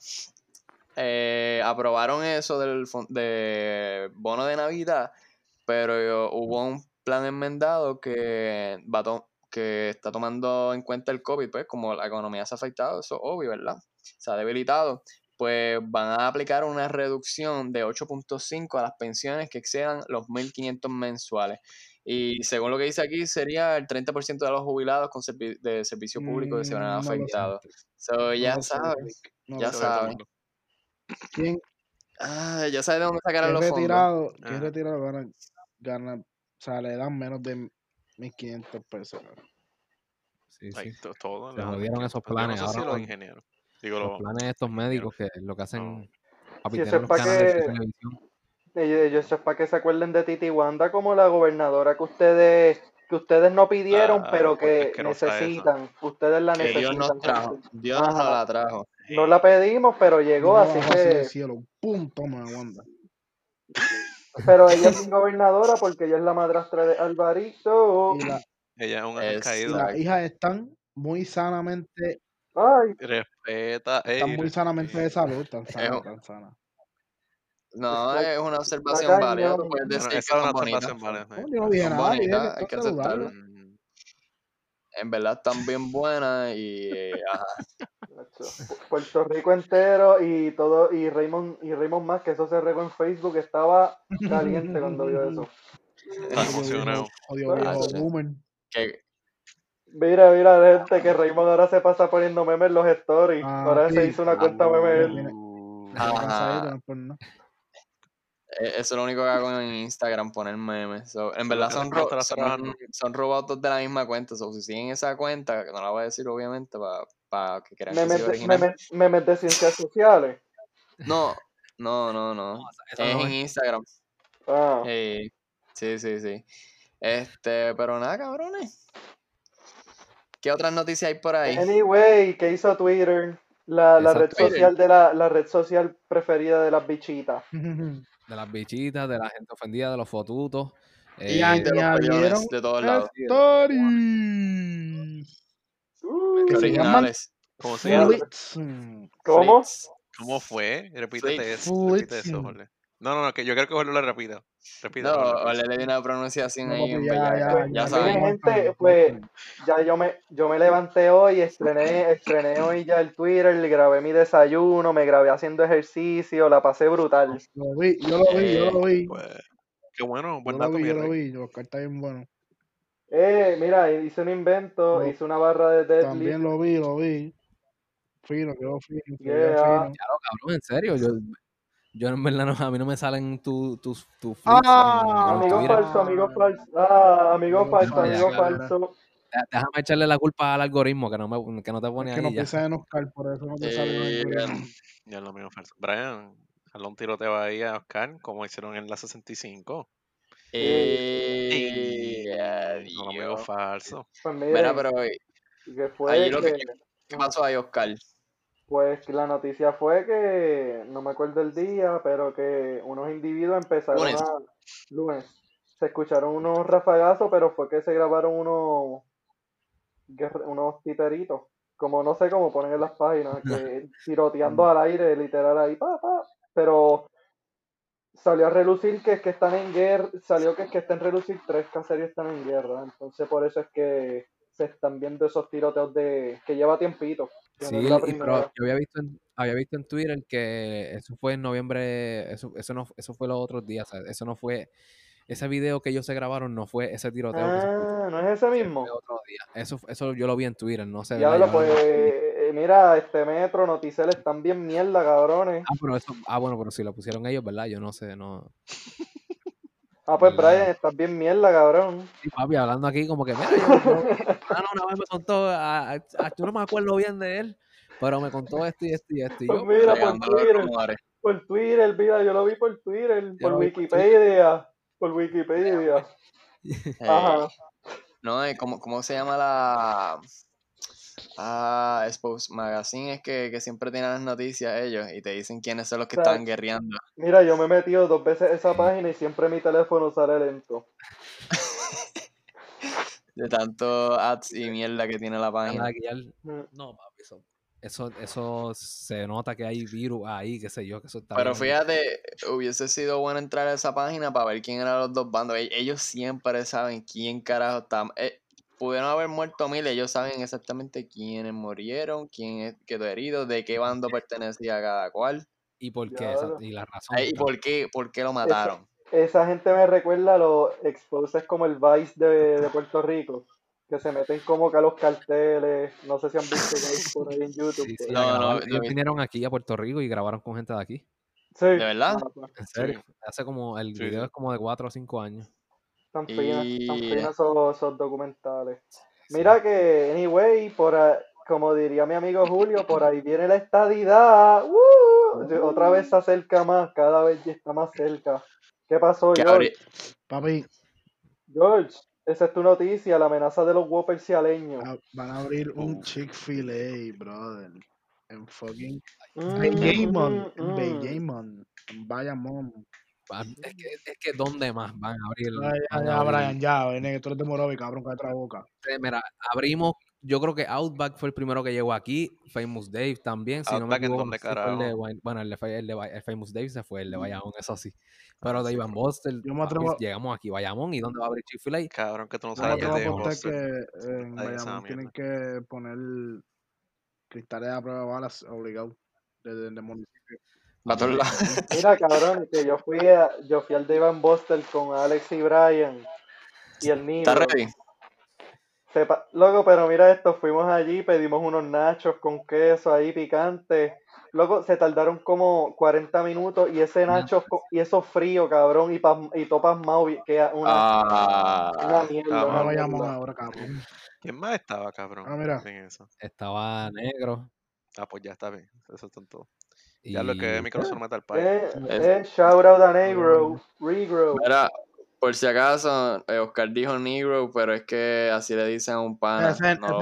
Speaker 3: aprobaron eso de bono de Navidad, pero hubo un plan enmendado que que está tomando en cuenta el COVID, pues como la economía se ha afectado, eso es obvio, ¿verdad? Se ha debilitado, pues van a aplicar una reducción de 8.5 a las pensiones que excedan los 1.500 mensuales. Y según lo que dice aquí, sería el 30% de los jubilados de servicio público que se van afectados. Ya sabes, ya sabes.
Speaker 5: ¿Quién?
Speaker 3: Ya sabes de dónde sacarán los fondos.
Speaker 5: ¿Qué retirado gana? O sea, le dan menos de 1.500 pesos.
Speaker 4: Sí.
Speaker 2: Todo,
Speaker 4: se jodieron esos planes.
Speaker 2: Yo no sé
Speaker 4: ahora
Speaker 2: si los ingenieros.
Speaker 4: los planes de estos médicos que lo que hacen
Speaker 1: eso es para que se acuerden de Titi Wanda como la gobernadora que ustedes no pidieron, pero que necesitan. Ustedes la necesitan.
Speaker 3: Dios nos trajo. Dios nos la trajo.
Speaker 1: No la pedimos, pero llegó, así que...
Speaker 5: del cielo. ¡Pum! Toma, Wanda.
Speaker 1: Pero ella es mi gobernadora porque ella es la madrastra de Alvarito.
Speaker 2: Ella es un ángel caído.
Speaker 5: Y las hijas están muy sanamente...
Speaker 1: Ay.
Speaker 2: Respeta.
Speaker 5: Están muy sanamente de salud, tan sana.
Speaker 3: No, es una observación válida. Tú puedes decir que son bonitas.
Speaker 5: Yo no dije nada,
Speaker 3: bonitas, hay que aceptarlo. En verdad están bien buenas y
Speaker 1: Puerto Rico entero y todo, y Raymond más, que eso se regó en Facebook, estaba caliente cuando vio eso.
Speaker 2: Está emocionado.
Speaker 1: Mira, gente, que Raymond ahora se pasa poniendo memes en los stories. Ahora se hizo una cuenta meme él.
Speaker 3: Eso es lo único que hago en Instagram, poner memes. En verdad son robots de la misma cuenta. Si siguen esa cuenta, que no la voy a decir obviamente para que crean que soy original.
Speaker 1: Memes de ciencias sociales.
Speaker 3: No. Es en Instagram. Sí. Pero nada, cabrones. ¿Qué otras noticias hay por ahí?
Speaker 1: Anyway, ¿qué hizo Twitter? La red social la red social preferida de las bichitas.
Speaker 4: De las bichitas, de la gente ofendida, de los fotutos.
Speaker 3: Y de los pollones de todos lados. Originales.
Speaker 2: ¿Cómo se llama?
Speaker 1: ¿Cómo?
Speaker 2: ¿Cómo fue? Repítete eso, Jorge. No, que yo creo que Jorge lo repita.
Speaker 3: Jorge le di una pronunciación ahí en
Speaker 1: ya saben. Gente, pues ya yo me levanté hoy, estrené hoy ya el Twitter, le grabé mi desayuno, me grabé haciendo ejercicio, la pasé brutal.
Speaker 5: Yo lo vi.
Speaker 2: Pues, qué bueno, buen
Speaker 5: dato,
Speaker 2: yo
Speaker 5: lo vi, Oscar está bien bueno.
Speaker 1: Mira, hice un invento, hice una barra de deadlift.
Speaker 5: También lo vi. Quedó fino.
Speaker 4: Claro, cabrón, en serio, yo en verdad a mí no me salen tus flips. Amigo
Speaker 1: falso.
Speaker 4: Déjame echarle la culpa al algoritmo que no te pone ahí.
Speaker 5: Que no piensa en Oscar, por eso no te sale el algoritmo.
Speaker 2: Ya lo mío falso. Brian, hazle un tiroteo ahí a Oscar, como hicieron en la 65. No, amigo falso.
Speaker 1: Pues mira,
Speaker 3: pero ¿qué pasó ahí, Oscar?
Speaker 1: Pues la noticia fue que, no me acuerdo el día, pero que unos individuos empezaron lunes. Se escucharon unos rafagazos, pero fue que se grabaron unos titeritos. Como no sé cómo ponen en las páginas, que tiroteando al aire, literal ahí, pero salió a relucir que están en guerra, salió que están en relucir 3 caseríos están en guerra. Entonces por eso es que se están viendo esos tiroteos que lleva tiempito.
Speaker 4: Sí, pero yo había visto en Twitter que eso fue en noviembre, eso fue los otros días, ¿sabes? Eso no fue, ese video que ellos se grabaron no fue ese tiroteo.
Speaker 1: ¿No es ese mismo?
Speaker 4: Otro día. Eso yo lo vi en Twitter, no sé.
Speaker 1: Diablo, pues, mira, Metro, Noticel están bien mierda, cabrones.
Speaker 4: Bueno, pero si lo pusieron ellos, ¿verdad? Yo no sé, no...
Speaker 1: Pues Brian, estás bien mierda, cabrón.
Speaker 4: Sí, papi, hablando aquí como que, mira, una vez me contó, yo no me acuerdo bien de él, pero me contó esto y esto y esto. Y
Speaker 1: pues mira, por Twitter, mira, yo lo vi por Twitter, por Wikipedia. Por Wikipedia.
Speaker 3: Ajá. No, ¿cómo se llama la... Expose Magazine? Es que siempre tienen las noticias ellos y te dicen quiénes son los que están guerreando.
Speaker 1: Mira, yo me he metido 2 veces esa página y siempre mi teléfono sale lento.
Speaker 3: De tanto ads y mierda que tiene la página.
Speaker 4: No, papi, eso se nota que hay virus ahí, qué sé yo, que eso está
Speaker 3: Pero
Speaker 4: bien.
Speaker 3: fíjate, hubiese sido bueno entrar a esa página para ver quién eran los dos bandos. Ellos siempre saben quién carajo está. Pudieron haber muerto 1000, ellos saben exactamente quiénes murieron, quién quedó herido, de qué bando pertenecía cada cual.
Speaker 4: ¿Y por qué? Y la razón.
Speaker 3: ¿Y por qué lo mataron?
Speaker 1: Esa gente me recuerda a los exposes como el Vice de Puerto Rico, que se meten como que a los carteles. No sé si han visto Vice por ahí en YouTube.
Speaker 4: Sí,
Speaker 1: pues.
Speaker 4: ellos vinieron aquí a Puerto Rico y grabaron con gente de aquí.
Speaker 1: Sí.
Speaker 3: ¿De verdad?
Speaker 4: En serio. Sí. Hace como, el video es como de 4 o 5 años.
Speaker 1: Tan finas esos documentales. Mira que, anyway, como diría mi amigo Julio, por ahí viene la estadidad. Otra vez se acerca más, cada vez ya está más cerca. ¿Qué pasó, George?
Speaker 5: Papi.
Speaker 1: George, esa es tu noticia, la amenaza de los Whoppers cialeños.
Speaker 5: Van a abrir un Chick-fil-A, brother. En fucking Bayamon. En Bayamon.
Speaker 4: Es que ¿dónde más van a abrir?
Speaker 5: Brian, ya, ven, que tú eres de Morovi, cabrón, cállate la boca.
Speaker 4: Mira, abrimos, yo creo que Outback fue el primero que llegó aquí, Famous Dave también, si no me equivoco. El Famous Dave se fue, el de Bayamón, eso sí. Pero de Ivan Buster, llegamos aquí, Bayamón, ¿y dónde va a abrir Chick-fil-A?
Speaker 2: Cabrón, que tú no sabes
Speaker 5: que en Bayamón tienen que poner cristales a prueba de balas obligados desde el municipio.
Speaker 1: Mira, cabrón, que yo fui al de Ivan Buster con Alex y Brian y el niño.
Speaker 3: ¿Está ready?
Speaker 1: Loco, pero mira esto, fuimos allí, pedimos unos nachos con queso ahí picante. Luego se tardaron como 40 minutos y ese nacho y eso frío, cabrón, y topas más que una mierda.
Speaker 5: No vayamos ahora, cabrón.
Speaker 2: ¿Quién más estaba, cabrón?
Speaker 5: Mira.
Speaker 4: Estaba Negro.
Speaker 2: Pues ya está bien, eso es todo. Ya lo que Microsoft mata al país.
Speaker 1: Shout out a Negro, Regrow.
Speaker 3: Mira, por si acaso, Oscar dijo Negro, pero es que así le dicen a un pana.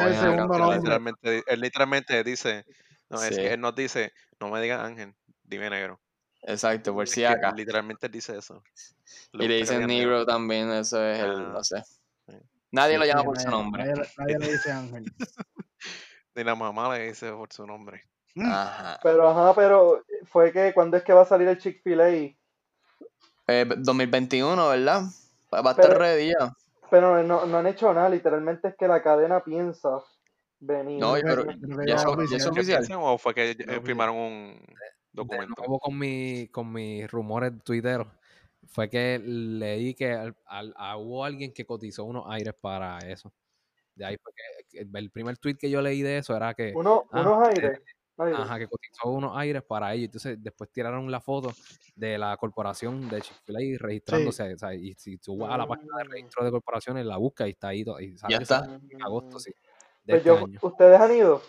Speaker 2: Él literalmente dice, es que él nos dice, no me digas Ángel, dime Negro.
Speaker 3: Exacto, por si acá.
Speaker 2: Literalmente él dice eso.
Speaker 3: Y le dicen Negro también, eso es no sé. Nadie lo llama por su nombre.
Speaker 5: Nadie le dice Ángel.
Speaker 2: Ni la mamá le dice por su nombre.
Speaker 3: Ajá.
Speaker 1: Pero fue que, ¿cuándo es que va a salir el Chick-fil-A?
Speaker 3: 2021, ¿verdad? Va a estar ready ya.
Speaker 1: Pero no han hecho nada, literalmente es que la cadena piensa venir.
Speaker 3: No, pero ¿ya es oficial?
Speaker 2: ¿O fue que firmaron un documento?
Speaker 4: De nuevo con mis rumores tuiteros, fue que leí que hubo alguien que cotizó unos aires para eso. De ahí fue que el primer tweet que yo leí de eso era que...
Speaker 1: ¿Unos aires?
Speaker 4: Que cotizó unos aires para ellos. Entonces después tiraron la foto de la corporación de Chick-fil-A registrándose. Sí. O sea, y si tú vas a la página de registro de corporaciones, la buscas y está ahí. Y sale
Speaker 3: ya está.
Speaker 4: En agosto, sí.
Speaker 1: Pues ¿ustedes han ido?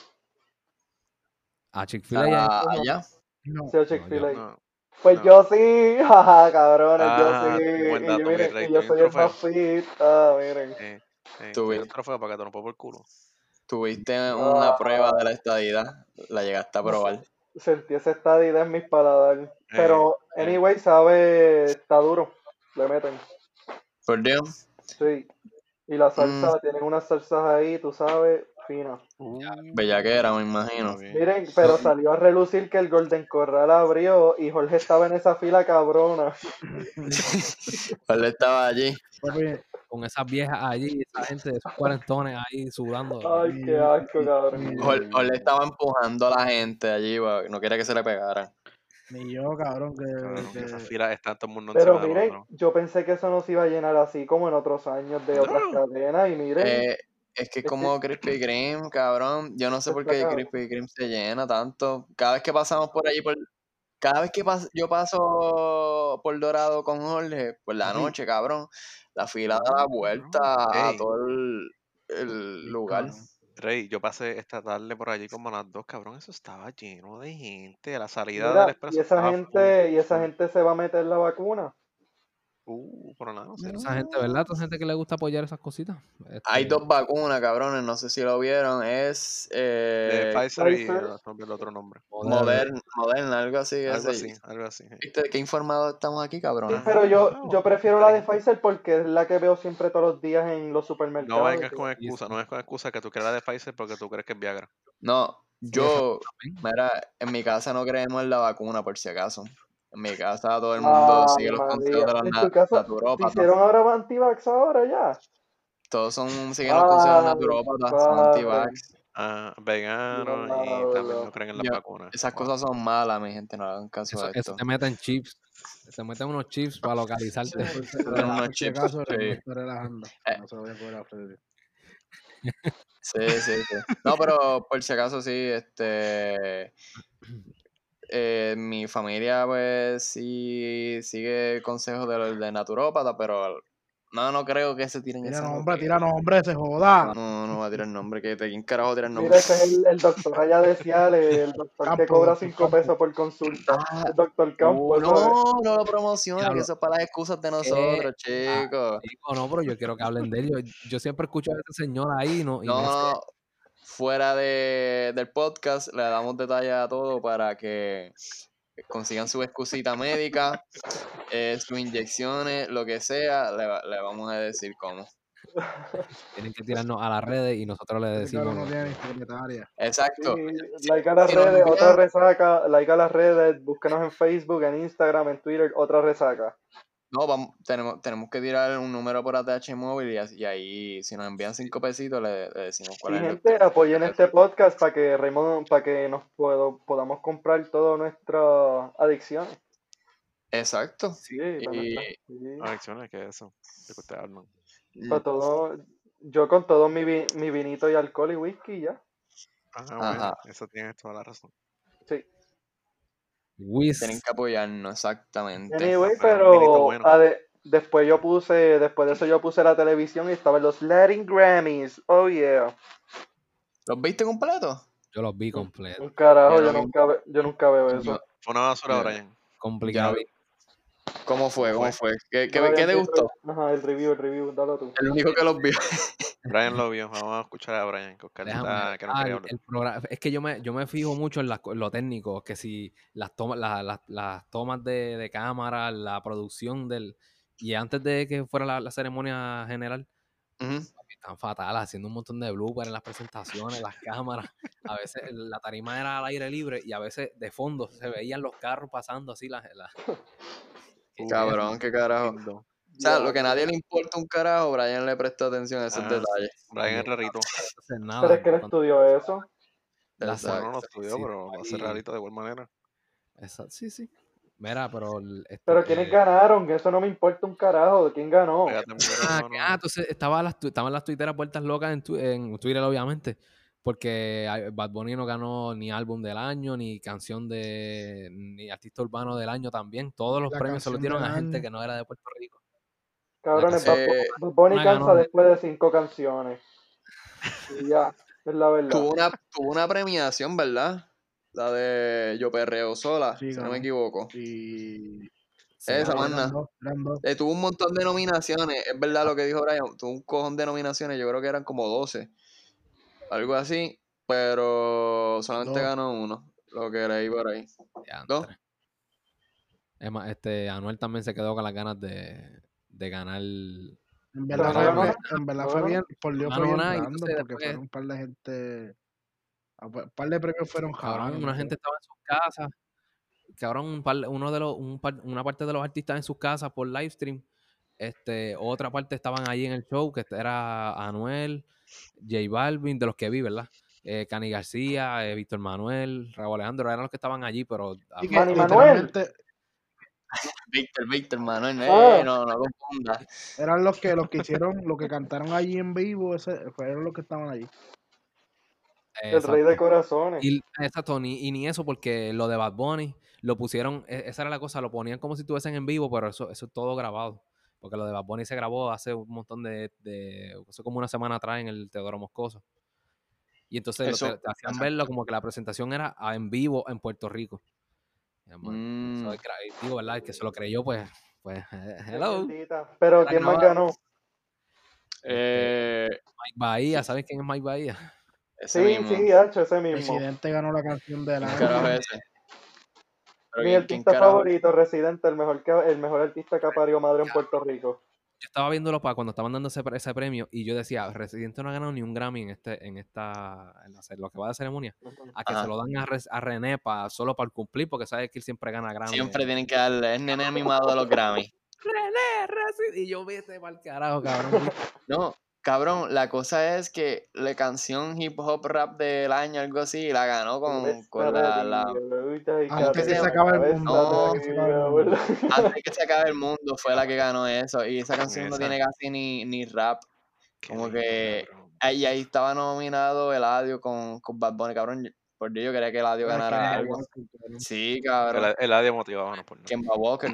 Speaker 4: ¿A Chick-fil-A?
Speaker 3: ¿Allá?
Speaker 1: No. Sí, a Chick-fil-A. No. Pues yo sí, jaja, cabrones, yo sí.
Speaker 2: Buen dato,
Speaker 1: y yo soy el más fit. Miren.
Speaker 2: Tuve un trofeo para que te lo ponga por el culo.
Speaker 3: Tuviste una prueba de la estadidad, la llegaste a probar.
Speaker 1: Sentí esa estadidad en mis paladares. Pero, anyway, sabe, está duro. Le meten.
Speaker 3: ¿Por Dios?
Speaker 1: Sí. Y la salsa, tienen unas salsas ahí, tú sabes, finas.
Speaker 3: Bellaquera, me imagino.
Speaker 1: Miren, pero salió a relucir que el Golden Corral abrió y Jorge estaba en esa fila cabrona.
Speaker 3: Jorge estaba allí.
Speaker 4: Con esas viejas allí, esa gente de esos cuarentones ahí sudando.
Speaker 1: Ay, qué asco, cabrón.
Speaker 3: Jorge estaba empujando a la gente allí, no quería que se le pegaran.
Speaker 5: Ni yo, cabrón, que
Speaker 2: esa fila está todo el mundo
Speaker 1: pero miren, yo pensé que eso no se iba a llenar así como en otros años de otras cadenas y miren.
Speaker 3: Es que como Krispy Kreme, cabrón, yo no sé por qué Krispy Kreme se llena tanto. Cada vez que pasamos por allí, cada vez que yo paso por Dorado con Jorge, por la noche, cabrón, la fila da la vuelta a todo el lugar.
Speaker 2: Rey, yo pasé esta tarde por allí como a las 2, cabrón, eso estaba lleno de gente, a la salida del expreso.
Speaker 1: Y esa gente se va a meter la vacuna.
Speaker 2: Pero nada, no sé.
Speaker 4: Esa gente, ¿verdad? Esa gente que le gusta apoyar esas cositas.
Speaker 3: Hay 2 vacunas, cabrones, no sé si lo vieron. Es
Speaker 2: Pfizer y el otro nombre.
Speaker 3: Moderna, algo así.
Speaker 2: Algo así.
Speaker 3: ¿Viste qué informados estamos aquí, cabrones?
Speaker 1: Sí, pero yo prefiero la de Pfizer porque es la que veo siempre todos los días en los supermercados.
Speaker 2: No vengas con excusa que tú quieres la de Pfizer porque tú crees que es Viagra.
Speaker 3: No, Mira, en mi casa no creemos en la vacuna, por si acaso. En mi casa todo el mundo sigue los consejos de los
Speaker 1: ¿En tu casa te
Speaker 3: naturópatas.
Speaker 1: hicieron ahora antivax ahora ya?
Speaker 3: Todos siguen los consejos de los naturópatas, son antivax.
Speaker 2: Veganos y también no creen en las vacunas.
Speaker 3: Esas cosas son malas, mi gente, no hagan caso a esto.
Speaker 4: Eso te meten chips. Te meten unos chips para localizarte.
Speaker 3: Unos chips.
Speaker 5: Caso, estoy relajando. No se lo voy a poder hacer.
Speaker 3: Sí. No, pero por si acaso sí, mi familia pues sí sigue consejos de naturópata, pero no creo que se tiren ese
Speaker 5: nombre. Tira nombre, se joda.
Speaker 3: No va a tirar nombre, que quién carajo tira el nombre.
Speaker 1: Mira, ese es el doctor allá de Ciales, el doctor que cobra 5 pesos por consulta. El doctor Campos.
Speaker 3: No lo promociona, que eso es para las excusas de nosotros, chicos.
Speaker 4: No, pero yo quiero que hablen de él. Yo siempre escucho a ese señor ahí, ¿no?
Speaker 3: No, fuera del podcast le damos detalles a todo para que consigan su excusita médica, sus inyecciones, lo que sea, le vamos a decir cómo.
Speaker 4: Tienen que tirarnos a las redes y nosotros le decimos.
Speaker 3: Exacto.
Speaker 1: Sí, like a las redes, otra resaca. Like a las redes, búsquenos en Facebook, en Instagram, en Twitter, otra resaca.
Speaker 3: No, tenemos que tirar un número por ATH móvil y ahí, si nos envían 5 pesitos, le decimos cuál es.
Speaker 1: Gente, apoyen este podcast para que nos podamos comprar todas nuestras adicciones.
Speaker 3: Exacto.
Speaker 1: Sí,
Speaker 2: adicciones, ¿qué es eso? ¿De qué ustedes hablan?
Speaker 1: Para todo, yo con todo mi vinito y alcohol y whisky ya.
Speaker 2: Bueno, eso tienes toda la razón.
Speaker 1: Sí.
Speaker 3: Tienen que apoyarnos, exactamente.
Speaker 1: Anyway, pero después de eso yo puse la televisión y estaban los Latin Grammys. Oh yeah.
Speaker 3: ¿Los viste completos?
Speaker 4: Yo los vi completos.
Speaker 1: Un carajo, yo nunca veo eso.
Speaker 2: Fue una basura, Brian.
Speaker 4: Complicado.
Speaker 3: ¿Cómo fue? ¿Qué te gustó?
Speaker 1: Ajá, el review, dalo tú.
Speaker 3: El único que los vio.
Speaker 2: Brian lo vio, vamos a escuchar a Brian, que Oscar está, que no quería hablar.
Speaker 4: El programa, es que yo me fijo mucho en lo técnico, que si las tomas de cámara, la producción y antes de que fuera la ceremonia general, están fatales, haciendo un montón de bloopers en las presentaciones, las cámaras, a veces la tarima era al aire libre y a veces de fondo se veían los carros pasando así
Speaker 3: Cabrón, qué carajo. O sea, lo que a nadie le importa un carajo, Brian le prestó atención a esos detalles.
Speaker 2: Brian es rarito.
Speaker 1: Pero es que él estudió eso.
Speaker 2: No lo estudió, pero va a ser rarito de igual manera.
Speaker 4: Exacto, sí. Mira, pero...
Speaker 1: Pero ¿quiénes ganaron? Eso no me importa un carajo. ¿De quién ganó?
Speaker 4: Entonces estaban las tuiteras vueltas locas en Twitter, obviamente. Porque Bad Bunny no ganó ni álbum del año, ni canción ni artista urbano del año también. Todos los premios se los dieron a gente que no era de Puerto Rico.
Speaker 1: Cabrones, Bad Bunny cansa después de 5 canciones. Y ya, es la verdad.
Speaker 3: Tuvo una premiación, ¿verdad? La de Yo Perreo Sola, si no me equivoco. Esa, manda. Tuvo un montón de nominaciones. Es verdad lo que dijo Brian. Tuvo un cojón de nominaciones. Yo creo que eran como 12. Algo así. Pero solamente ganó uno. Lo que leí por ahí. ¿2?
Speaker 4: Es más, Anuel también se quedó con las ganas de ganar.
Speaker 5: En verdad fue bien. Por Dios fue bien random, porque fueron un par de gente. Un par de premios fueron
Speaker 4: cabrón. Una gente estaba en sus casas. Cabrón, una parte de los artistas en sus casas por live stream. Otra parte estaban ahí en el show, que era Anuel, J Balvin, de los que vi, ¿verdad? Cani García, Víctor Manuel, Raúl Alejandro, eran los que estaban allí, pero...
Speaker 1: ¿Manny Manuel?
Speaker 3: Víctor Manuel, no confunda.
Speaker 5: Eran los que hicieron, los que cantaron allí en vivo, fueron los que estaban allí.
Speaker 1: El rey de corazones.
Speaker 4: Y ni eso, porque lo de Bad Bunny lo pusieron, esa era la cosa, lo ponían como si estuviesen en vivo, pero eso es todo grabado. Porque lo de Bad Bunny se grabó hace un montón hace como una semana atrás en el Teodoro Moscoso. Y entonces te hacían verlo como que la presentación era en vivo en Puerto Rico. Eso es creativo, ¿verdad? El que se lo creyó, pues hello.
Speaker 1: Pero ¿quién más ganó?
Speaker 4: Mike Bahía, ¿sabes quién es Mike Bahía?
Speaker 1: Ese mismo. Ese mismo.
Speaker 5: Residente ganó la canción del año.
Speaker 1: Mi artista favorito, Residente, el mejor artista que ha parido madre en Puerto Rico.
Speaker 4: estaba viéndolo para cuando estaban dando ese premio y yo decía, Residente no ha ganado ni un Grammy en lo que va de ceremonia. A que se lo dan a René solo para cumplir, porque sabes que él siempre gana Grammy.
Speaker 3: Siempre tienen que darle, es nene mimado de los Grammy.
Speaker 4: René, y yo vete para el carajo, cabrón.
Speaker 3: No, cabrón, la cosa es que la canción hip hop rap del año, algo así, la ganó con la...
Speaker 5: Antes que se acabe el mundo.
Speaker 3: Antes que se acabe el mundo fue la que ganó eso. Y esa canción no tiene casi ni rap. Como que ahí estaba nominado Eladio con Bad Bunny, cabrón. Por Dios, yo quería que Eladio ganara algo. Sí, cabrón.
Speaker 2: Eladio motivado, no por nada.
Speaker 3: Kemba Walker.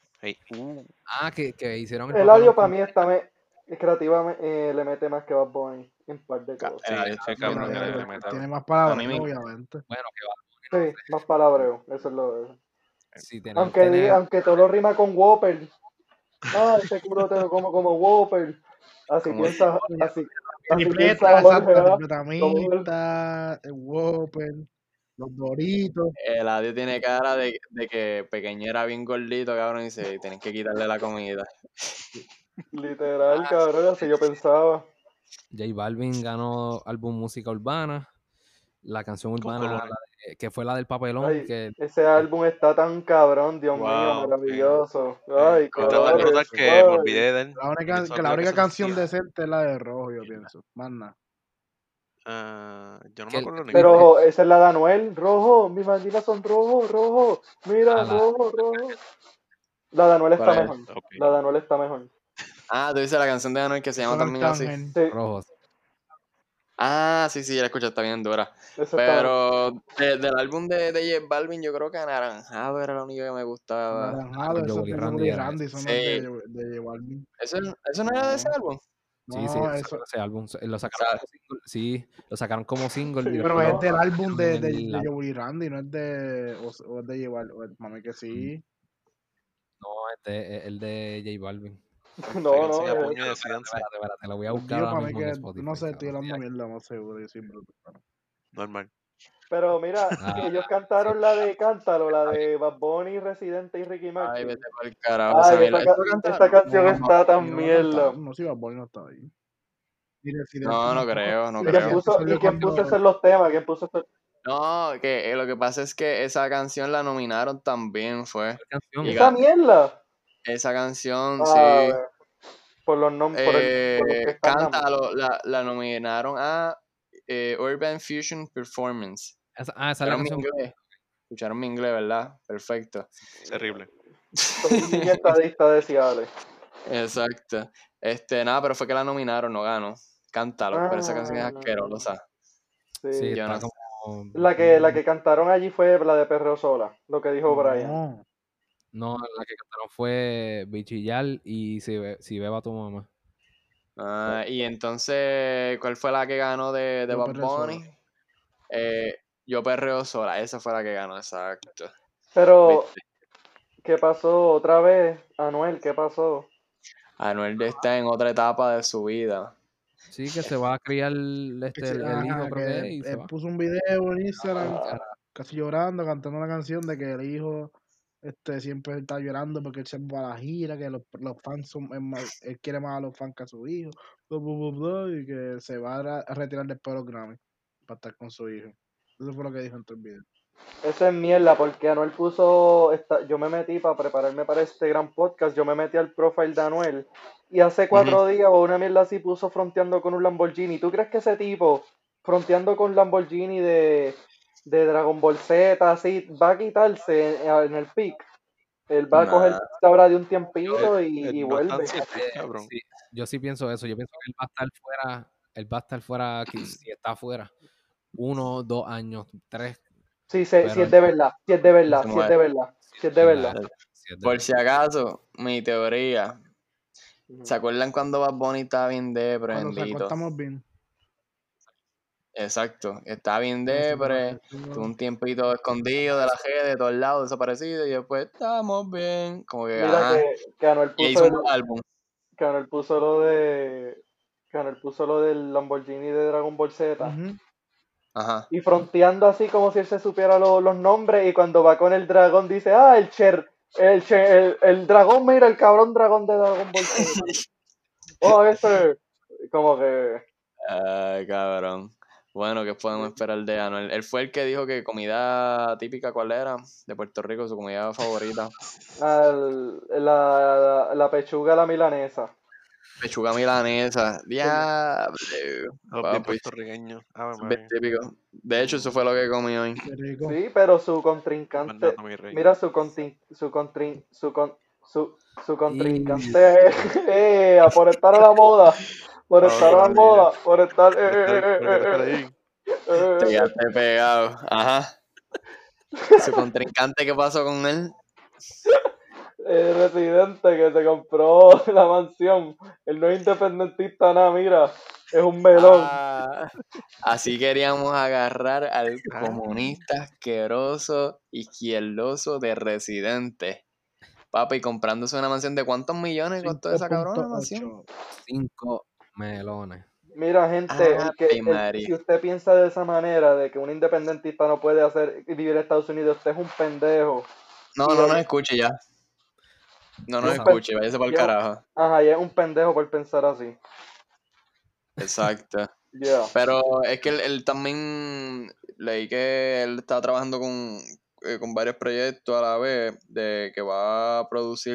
Speaker 4: Que hicieron
Speaker 1: Eladio para mí creativamente le mete más que Bad Bunny en par de cosas.
Speaker 5: Tiene más palabras, obviamente.
Speaker 4: Bueno, que va.
Speaker 1: Sí, más palabreo, eso es lo
Speaker 4: sí,
Speaker 1: aunque todo lo rima con Whopper. Ese culo te lo como Whopper. Así piensa, así piensa
Speaker 5: el Whopper, los Doritos.
Speaker 3: Eladio tiene cara de que pequeño era bien gordito, cabrón, y tienen que quitarle la comida.
Speaker 1: Literal, cabrón, así yo pensaba.
Speaker 4: J Balvin ganó álbum música urbana. La canción urbana, que fue la del papelón.
Speaker 1: Ay, ese álbum está tan cabrón, Dios mío, maravilloso. Ay,
Speaker 2: colores, que me olvidé de él.
Speaker 5: La única canción decente es la de Rojo, yo pienso. Más nada.
Speaker 2: Yo no me acuerdo.
Speaker 1: Pero esa es la de Anuel. Rojo, mis mandilas son rojo. Mira, rojo. La de Anuel está mejor. Okay. La de Anuel está mejor.
Speaker 3: Tú dices la canción de Anuel que se llama también así.
Speaker 1: Sí.
Speaker 4: Rojos.
Speaker 3: Sí, ya la escuché, está bien dura. Pero del álbum de J Balvin, yo creo que Anaranjado era lo único que me gustaba.
Speaker 5: Anaranjado, eso es de Joey Randy, eso no es de J Balvin.
Speaker 3: ¿Eso no era de ese álbum?
Speaker 4: Sí, ese álbum lo sacaron como single. Lo sacaron como single.
Speaker 5: Pero es del álbum de Joey Randy, no es de o es de J Balvin. Mami que sí.
Speaker 4: No, es el de J Balvin.
Speaker 1: No,
Speaker 4: Espérate, lo voy a buscar ahora mismo en Spotify.
Speaker 5: No sé, estoy hablando mierda, más seguro. Yo siempre
Speaker 2: normal.
Speaker 1: Pero mira, que ellos cantaron la de Cántalo, la de Bad Bunny, Residente y Ricky Martin.
Speaker 3: Ay, vete por el carajo.
Speaker 1: Esta canción está tan mierda.
Speaker 5: No, si Bad Bunny no está ahí.
Speaker 3: No creo.
Speaker 1: ¿Y quién puso hacer los temas? ¿Quién puso hacer?
Speaker 3: No, que lo que pasa es que esa canción la nominaron también, fue.
Speaker 1: ¿Esa mierda?
Speaker 3: Esa canción, sí.
Speaker 1: Por los nombres.
Speaker 3: Cántalo, la nominaron a Urban Fusion Performance.
Speaker 4: Esa es la canción.
Speaker 3: Escucharon mi inglés, ¿verdad? Perfecto.
Speaker 2: Terrible.
Speaker 1: Soy un niño estadista de Ciales.
Speaker 3: Exacto. Nada, pero fue que la nominaron, no ganó. Cántalo, pero esa canción es asquerosa.
Speaker 1: Sí,
Speaker 3: yo no.
Speaker 1: La que cantaron allí fue la de Perreo Sola, lo que dijo Brian.
Speaker 4: No, la que cantaron fue Bichillar y Si Beba Tu Mamá.
Speaker 3: Y entonces, ¿cuál fue la que ganó de Bad Bunny? Yo Perreo Sola, esa fue la que ganó, exacto.
Speaker 1: Pero, ¿qué pasó otra vez, Anuel? ¿Qué pasó?
Speaker 3: Anuel está en otra etapa de su vida.
Speaker 4: Sí, que se va a criar el hijo, creo que
Speaker 5: él puso un video en Instagram casi llorando, cantando una canción de que el hijo siempre está llorando porque él se va a la gira, que los fans él quiere más a los fans que a su hijo, y que se va a retirar después de los Grammy para estar con su hijo. Eso fue lo que dijo en el video.
Speaker 1: Eso es mierda, porque Anuel puso, yo me metí para prepararme para este gran podcast, yo me metí al profile de Anuel, y hace 4 días o una mierda así puso fronteando con un Lamborghini. ¿Tú crees que ese tipo, fronteando con Lamborghini de Dragon Ball Z, así, va a quitarse en el pick? Él va a coger ahora de un tiempito y vuelve.
Speaker 4: Sí, yo sí pienso eso, yo pienso que él va a estar fuera aquí, si está fuera, 1, 2 años, 3.
Speaker 1: Sí, si es de verdad.
Speaker 3: Por si acaso, mi teoría. ¿Se acuerdan cuando Bad Bunny estaba bien depre?
Speaker 5: Cuando estamos bien.
Speaker 3: Exacto, estaba bien depre, tuvo un tiempito escondido de la gente, de todos lados, desaparecido, y después estamos bien. Como que
Speaker 1: que Anuel puso
Speaker 3: hizo un álbum.
Speaker 1: Que Anuel puso lo del Lamborghini de Dragon Ball Z.
Speaker 3: Ajá.
Speaker 1: Y fronteando así como si él se supiera los nombres, y cuando va con el dragón dice, el El dragón, mira, el cabrón dragón de Dragon Ball Z. Oh, ese, como que...
Speaker 3: Ay, cabrón. Bueno, ¿qué podemos esperar de Anuel? Él fue el que dijo que comida típica, ¿cuál era? De Puerto Rico, su comida favorita.
Speaker 1: La pechuga a la milanesa.
Speaker 3: Pechuga milanesa. Diablo.
Speaker 2: Bien puertorriqueño.
Speaker 3: Bien típico. De hecho, eso fue lo que comí hoy.
Speaker 1: Sí, pero su contrincante... Mira, su contrincante... por estar a la moda. Por estar a la moda. Por estar...
Speaker 3: Te quedaste pegado. Ajá. Su contrincante, ¿qué pasó con él?
Speaker 1: El Residente que se compró la mansión. Él no es independentista, nada, mira. Es un melón.
Speaker 3: Así queríamos agarrar al comunista asqueroso, izquierdoso de Residente. Papi, comprándose una mansión de ¿cuántos millones costó esa cabrona mansión?
Speaker 4: 5 melones.
Speaker 1: Mira, gente, si usted piensa de esa manera, de que un independentista no puede vivir en Estados Unidos, usted es un pendejo.
Speaker 3: No nos escuche ya. No nos escuche, váyase para el carajo.
Speaker 1: Ajá, y es un pendejo por pensar así.
Speaker 3: Exacto.
Speaker 1: Yeah.
Speaker 3: Pero es que él también leí que él está trabajando con varios proyectos a la vez de que va a producir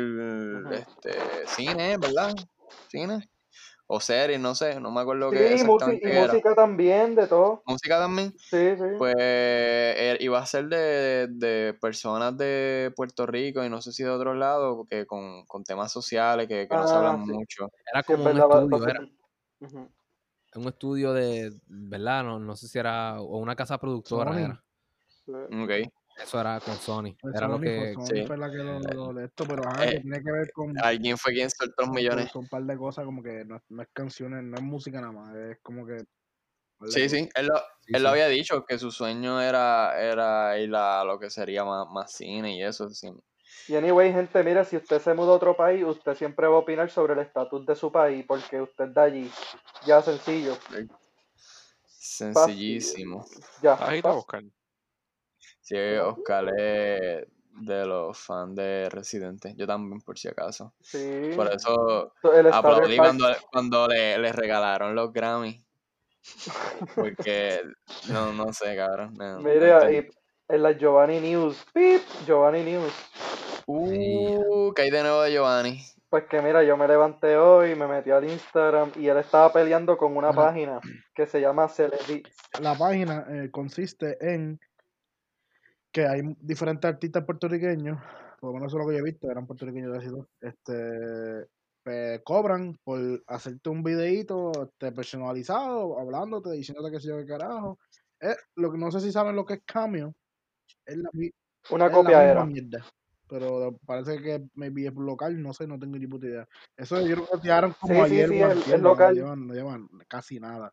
Speaker 3: cine, ¿verdad? Cine o series, no sé, no me acuerdo qué exactamente
Speaker 1: y música también, de todo.
Speaker 3: ¿Música también?
Speaker 1: Sí.
Speaker 3: Pues iba a ser de personas de Puerto Rico y no sé si de otros lados, porque con temas sociales que no se hablan mucho.
Speaker 4: Era como un estudio, era un estudio de, ¿verdad? No sé si era, o una casa productora
Speaker 5: Sony.
Speaker 4: era.
Speaker 3: Okay.
Speaker 4: Eso era con Sony.
Speaker 5: Pues
Speaker 4: era
Speaker 5: Sony,
Speaker 4: lo que...
Speaker 5: Sony fue la que lo de esto, pero que tiene que ver con...
Speaker 3: Alguien fue quien soltó los millones.
Speaker 5: Son un par de cosas como que no es canciones, no es música nada más, es como que...
Speaker 3: Sí, él lo había dicho, que su sueño era ir a lo que sería más cine y eso. Sí.
Speaker 1: Y anyway, gente, mira, si usted se muda a otro país, usted siempre va a opinar sobre el estatus de su país, porque usted es de allí. Ya, sencillo.
Speaker 3: Sencillísimo.
Speaker 1: Ya.
Speaker 2: Ahí está Oscar.
Speaker 3: Sí, Oscar es de los fans de Residente. Yo también, por si acaso.
Speaker 1: Sí.
Speaker 3: Por eso aplaudí cuando le regalaron los Grammy. Porque no sé, cabrón.
Speaker 1: Mira, y en la Giovanni News. ¡Pip! Giovanni News.
Speaker 3: ¿Qué hay de nuevo de Giovanni?
Speaker 1: Pues que mira, yo me levanté hoy, me metí al Instagram y él estaba peleando con una página que se llama Celebeats.
Speaker 5: La página consiste en que hay diferentes artistas puertorriqueños, por lo menos eso es lo que yo he visto, eran puertorriqueños casi todos, pues, cobran por hacerte un videíto personalizado, hablándote, diciéndote que sé yo qué carajo. Lo que no sé si saben lo que es Cameo, es
Speaker 1: una copia
Speaker 5: era. Mierda. Pero parece que maybe es local, no sé, no tengo ni puta idea. Eso yo creo que tiraron como ayer o
Speaker 1: es local.
Speaker 5: No llevan casi nada.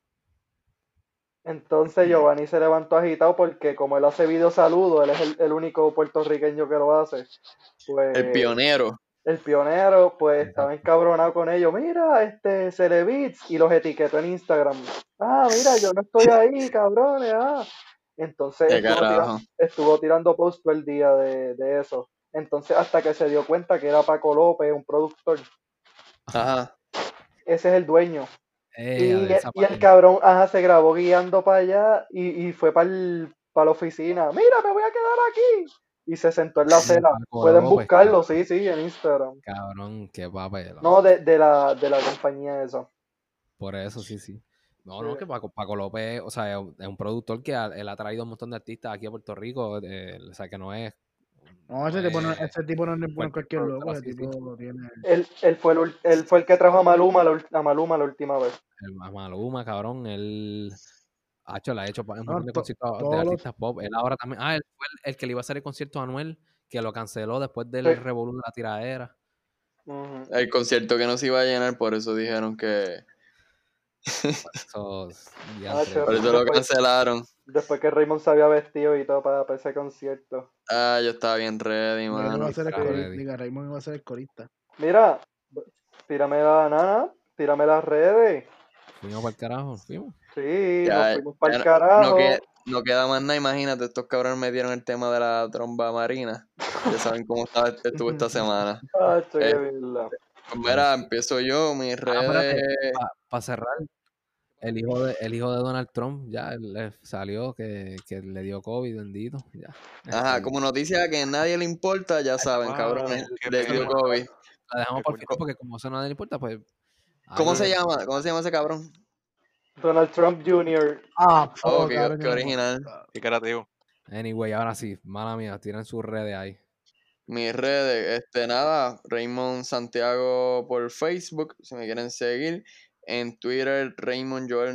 Speaker 1: Entonces Giovanni se levantó agitado porque como él hace video saludo, él es el único puertorriqueño que lo hace. Pues,
Speaker 3: el pionero.
Speaker 1: El pionero, pues estaba encabronado con ellos. Mira, Celebeats, y los etiquetó en Instagram. Mira, yo no estoy ahí, cabrones. Entonces estuvo tirando post todo el día de eso. Entonces hasta que se dio cuenta que era Paco López, un productor.
Speaker 3: Ajá.
Speaker 1: Ese es el dueño. Y el cabrón se grabó guiando para allá y fue para la oficina. Mira, me voy a quedar aquí. Y se sentó en la acera. Pueden buscarlo, sí, en Instagram.
Speaker 4: Cabrón, qué papel.
Speaker 1: No, de la compañía esa.
Speaker 4: Por eso, sí. No, que Paco López, o sea, es un productor que él ha traído un montón de artistas aquí a Puerto Rico, o sea, que no es...
Speaker 5: No, ese tipo no es cualquier loco, ese tipo lo tiene...
Speaker 1: Él fue el que trajo a Maluma la última vez.
Speaker 4: A Maluma, cabrón, él... le ha hecho un montón de conciertos de artistas pop. Él ahora también... él fue el que le iba a hacer el concierto a Anuel, que lo canceló después del revolú de la tiradera.
Speaker 3: El concierto que no se iba a llenar, por eso dijeron que...
Speaker 4: por
Speaker 3: eso lo cancelaron.
Speaker 1: Después que Raymond se había vestido y todo para ese concierto.
Speaker 3: Yo estaba bien ready, mano.
Speaker 5: Raymond iba a ser el corista.
Speaker 1: Mira, tírame las redes.
Speaker 4: Fuimos para el carajo, fuimos.
Speaker 1: Sí, nos fuimos para el carajo.
Speaker 3: No queda más nada, imagínate, estos cabrones metieron el tema de la tromba marina. Ya saben cómo estuvo esta semana.
Speaker 1: Qué verdad.
Speaker 3: Pues mira, empiezo yo, mis redes.
Speaker 4: Para cerrar, el hijo de Donald Trump ya le salió que le dio COVID, bendito. Ya.
Speaker 3: Ajá, como noticia que a nadie le importa, ya saben, cabrones, le dio COVID.
Speaker 4: La dejamos por final porque como eso a nadie le importa, pues...
Speaker 3: ¿Cómo se llama? ¿Cómo se llama ese cabrón?
Speaker 1: Donald Trump Jr.
Speaker 3: Qué original.
Speaker 2: Qué creativo.
Speaker 4: Anyway, ahora sí, mala mía, tienen sus redes ahí.
Speaker 3: Mis redes, nada, Raymond Santiago por Facebook, si me quieren seguir. En Twitter, Raymond Joel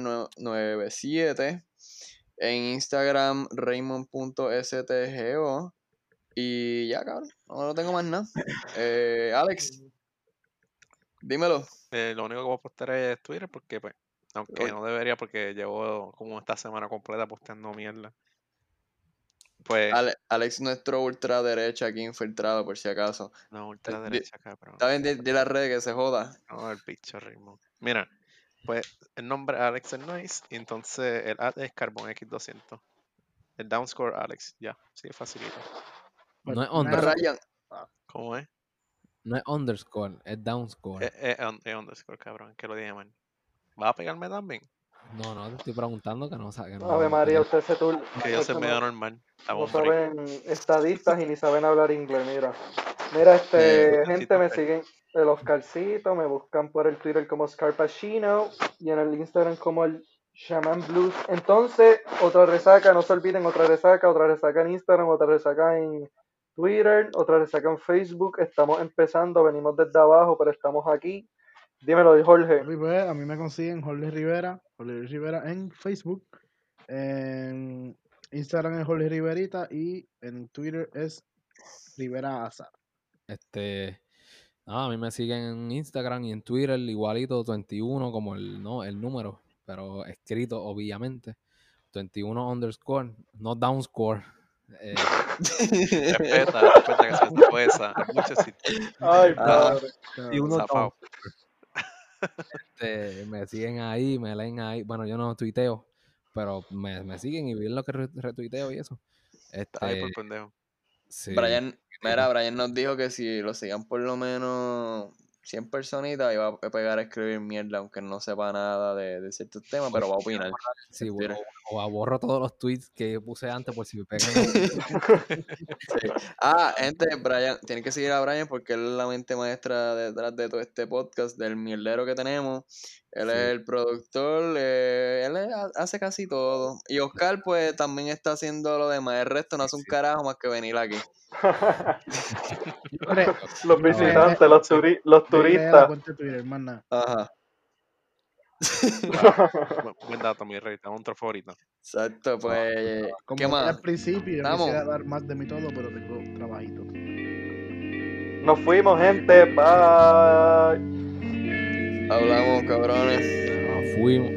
Speaker 3: 97. En Instagram, Raymond.stgo. Y ya, cabrón, no tengo más nada. Alex, dímelo.
Speaker 2: Lo único que voy a postear es Twitter porque, pues, aunque no debería porque llevo como esta semana completa posteando mierda. Pues...
Speaker 3: Alex, nuestro ultraderecha aquí infiltrado, por si acaso.
Speaker 2: No, ultraderecha, cabrón.
Speaker 3: ¿Está bien de la red que se joda?
Speaker 2: No, el bicho Raymond. Mira, pues el nombre Alex es nice y entonces el ad es Carbon X200. El downscore Alex, ya, sí, facilito.
Speaker 4: No es underscore.
Speaker 2: ¿Cómo es?
Speaker 4: No es underscore, es downscore.
Speaker 2: Es underscore, cabrón, que lo dije mal. ¿Vas a pegarme también?
Speaker 4: No, te estoy preguntando que no sabe.
Speaker 1: Ave María, usted se tú.
Speaker 2: Que yo soy medio normal.
Speaker 1: No saben estadistas y ni saben hablar inglés, mira. Gente, me siguen el Oscarcito, me buscan por el Twitter como Scarpacino y en el Instagram como el Shaman Blues. Entonces, otra resaca, no se olviden, otra resaca en Instagram, otra resaca en Twitter, otra resaca en Facebook. Estamos empezando, venimos desde abajo, pero estamos aquí. Dímelo, Jorge.
Speaker 5: A mí me consiguen Jorge Rivera en Facebook, en Instagram es Jorge Riverita y en Twitter es Rivera Azar.
Speaker 4: A mí me siguen en Instagram y en Twitter igualito 21 como el número, pero escrito obviamente 21 underscore, no downscore.
Speaker 2: Respeta que se fue esa. Hay muchos sitios.
Speaker 1: Ay, padre.
Speaker 4: Me siguen ahí, me leen ahí. Bueno, yo no tuiteo, pero me siguen y ven lo que retuiteo y eso.
Speaker 2: Ay, por pendejo.
Speaker 3: Sí. Brian nos dijo que si lo sigan por lo menos 100 personitas iba a pegar a escribir mierda, aunque no sepa nada de ciertos temas, pero va a opinar.
Speaker 4: Sí, o borro todos los tweets que puse antes por si me pegan.
Speaker 3: Sí. Gente, Brian, tienen que seguir a Brian porque él es la mente maestra detrás de todo este podcast, del mierdero que tenemos. Él es el productor, hace casi todo. Y Oscar, pues, también está haciendo lo demás. El resto no hace un carajo más que venir aquí.
Speaker 1: Los visitantes, los turistas.
Speaker 3: Ajá.
Speaker 2: Buen dato, mi rey. Tengo un trofeo ahorita.
Speaker 3: Exacto, pues.
Speaker 5: Como
Speaker 3: ¿qué más?
Speaker 5: Al principio, yo quisiera dar más de mi todo, pero tengo trabajito.
Speaker 1: Nos fuimos, gente. Bye.
Speaker 3: Hablamos, cabrones.
Speaker 4: Fuimos.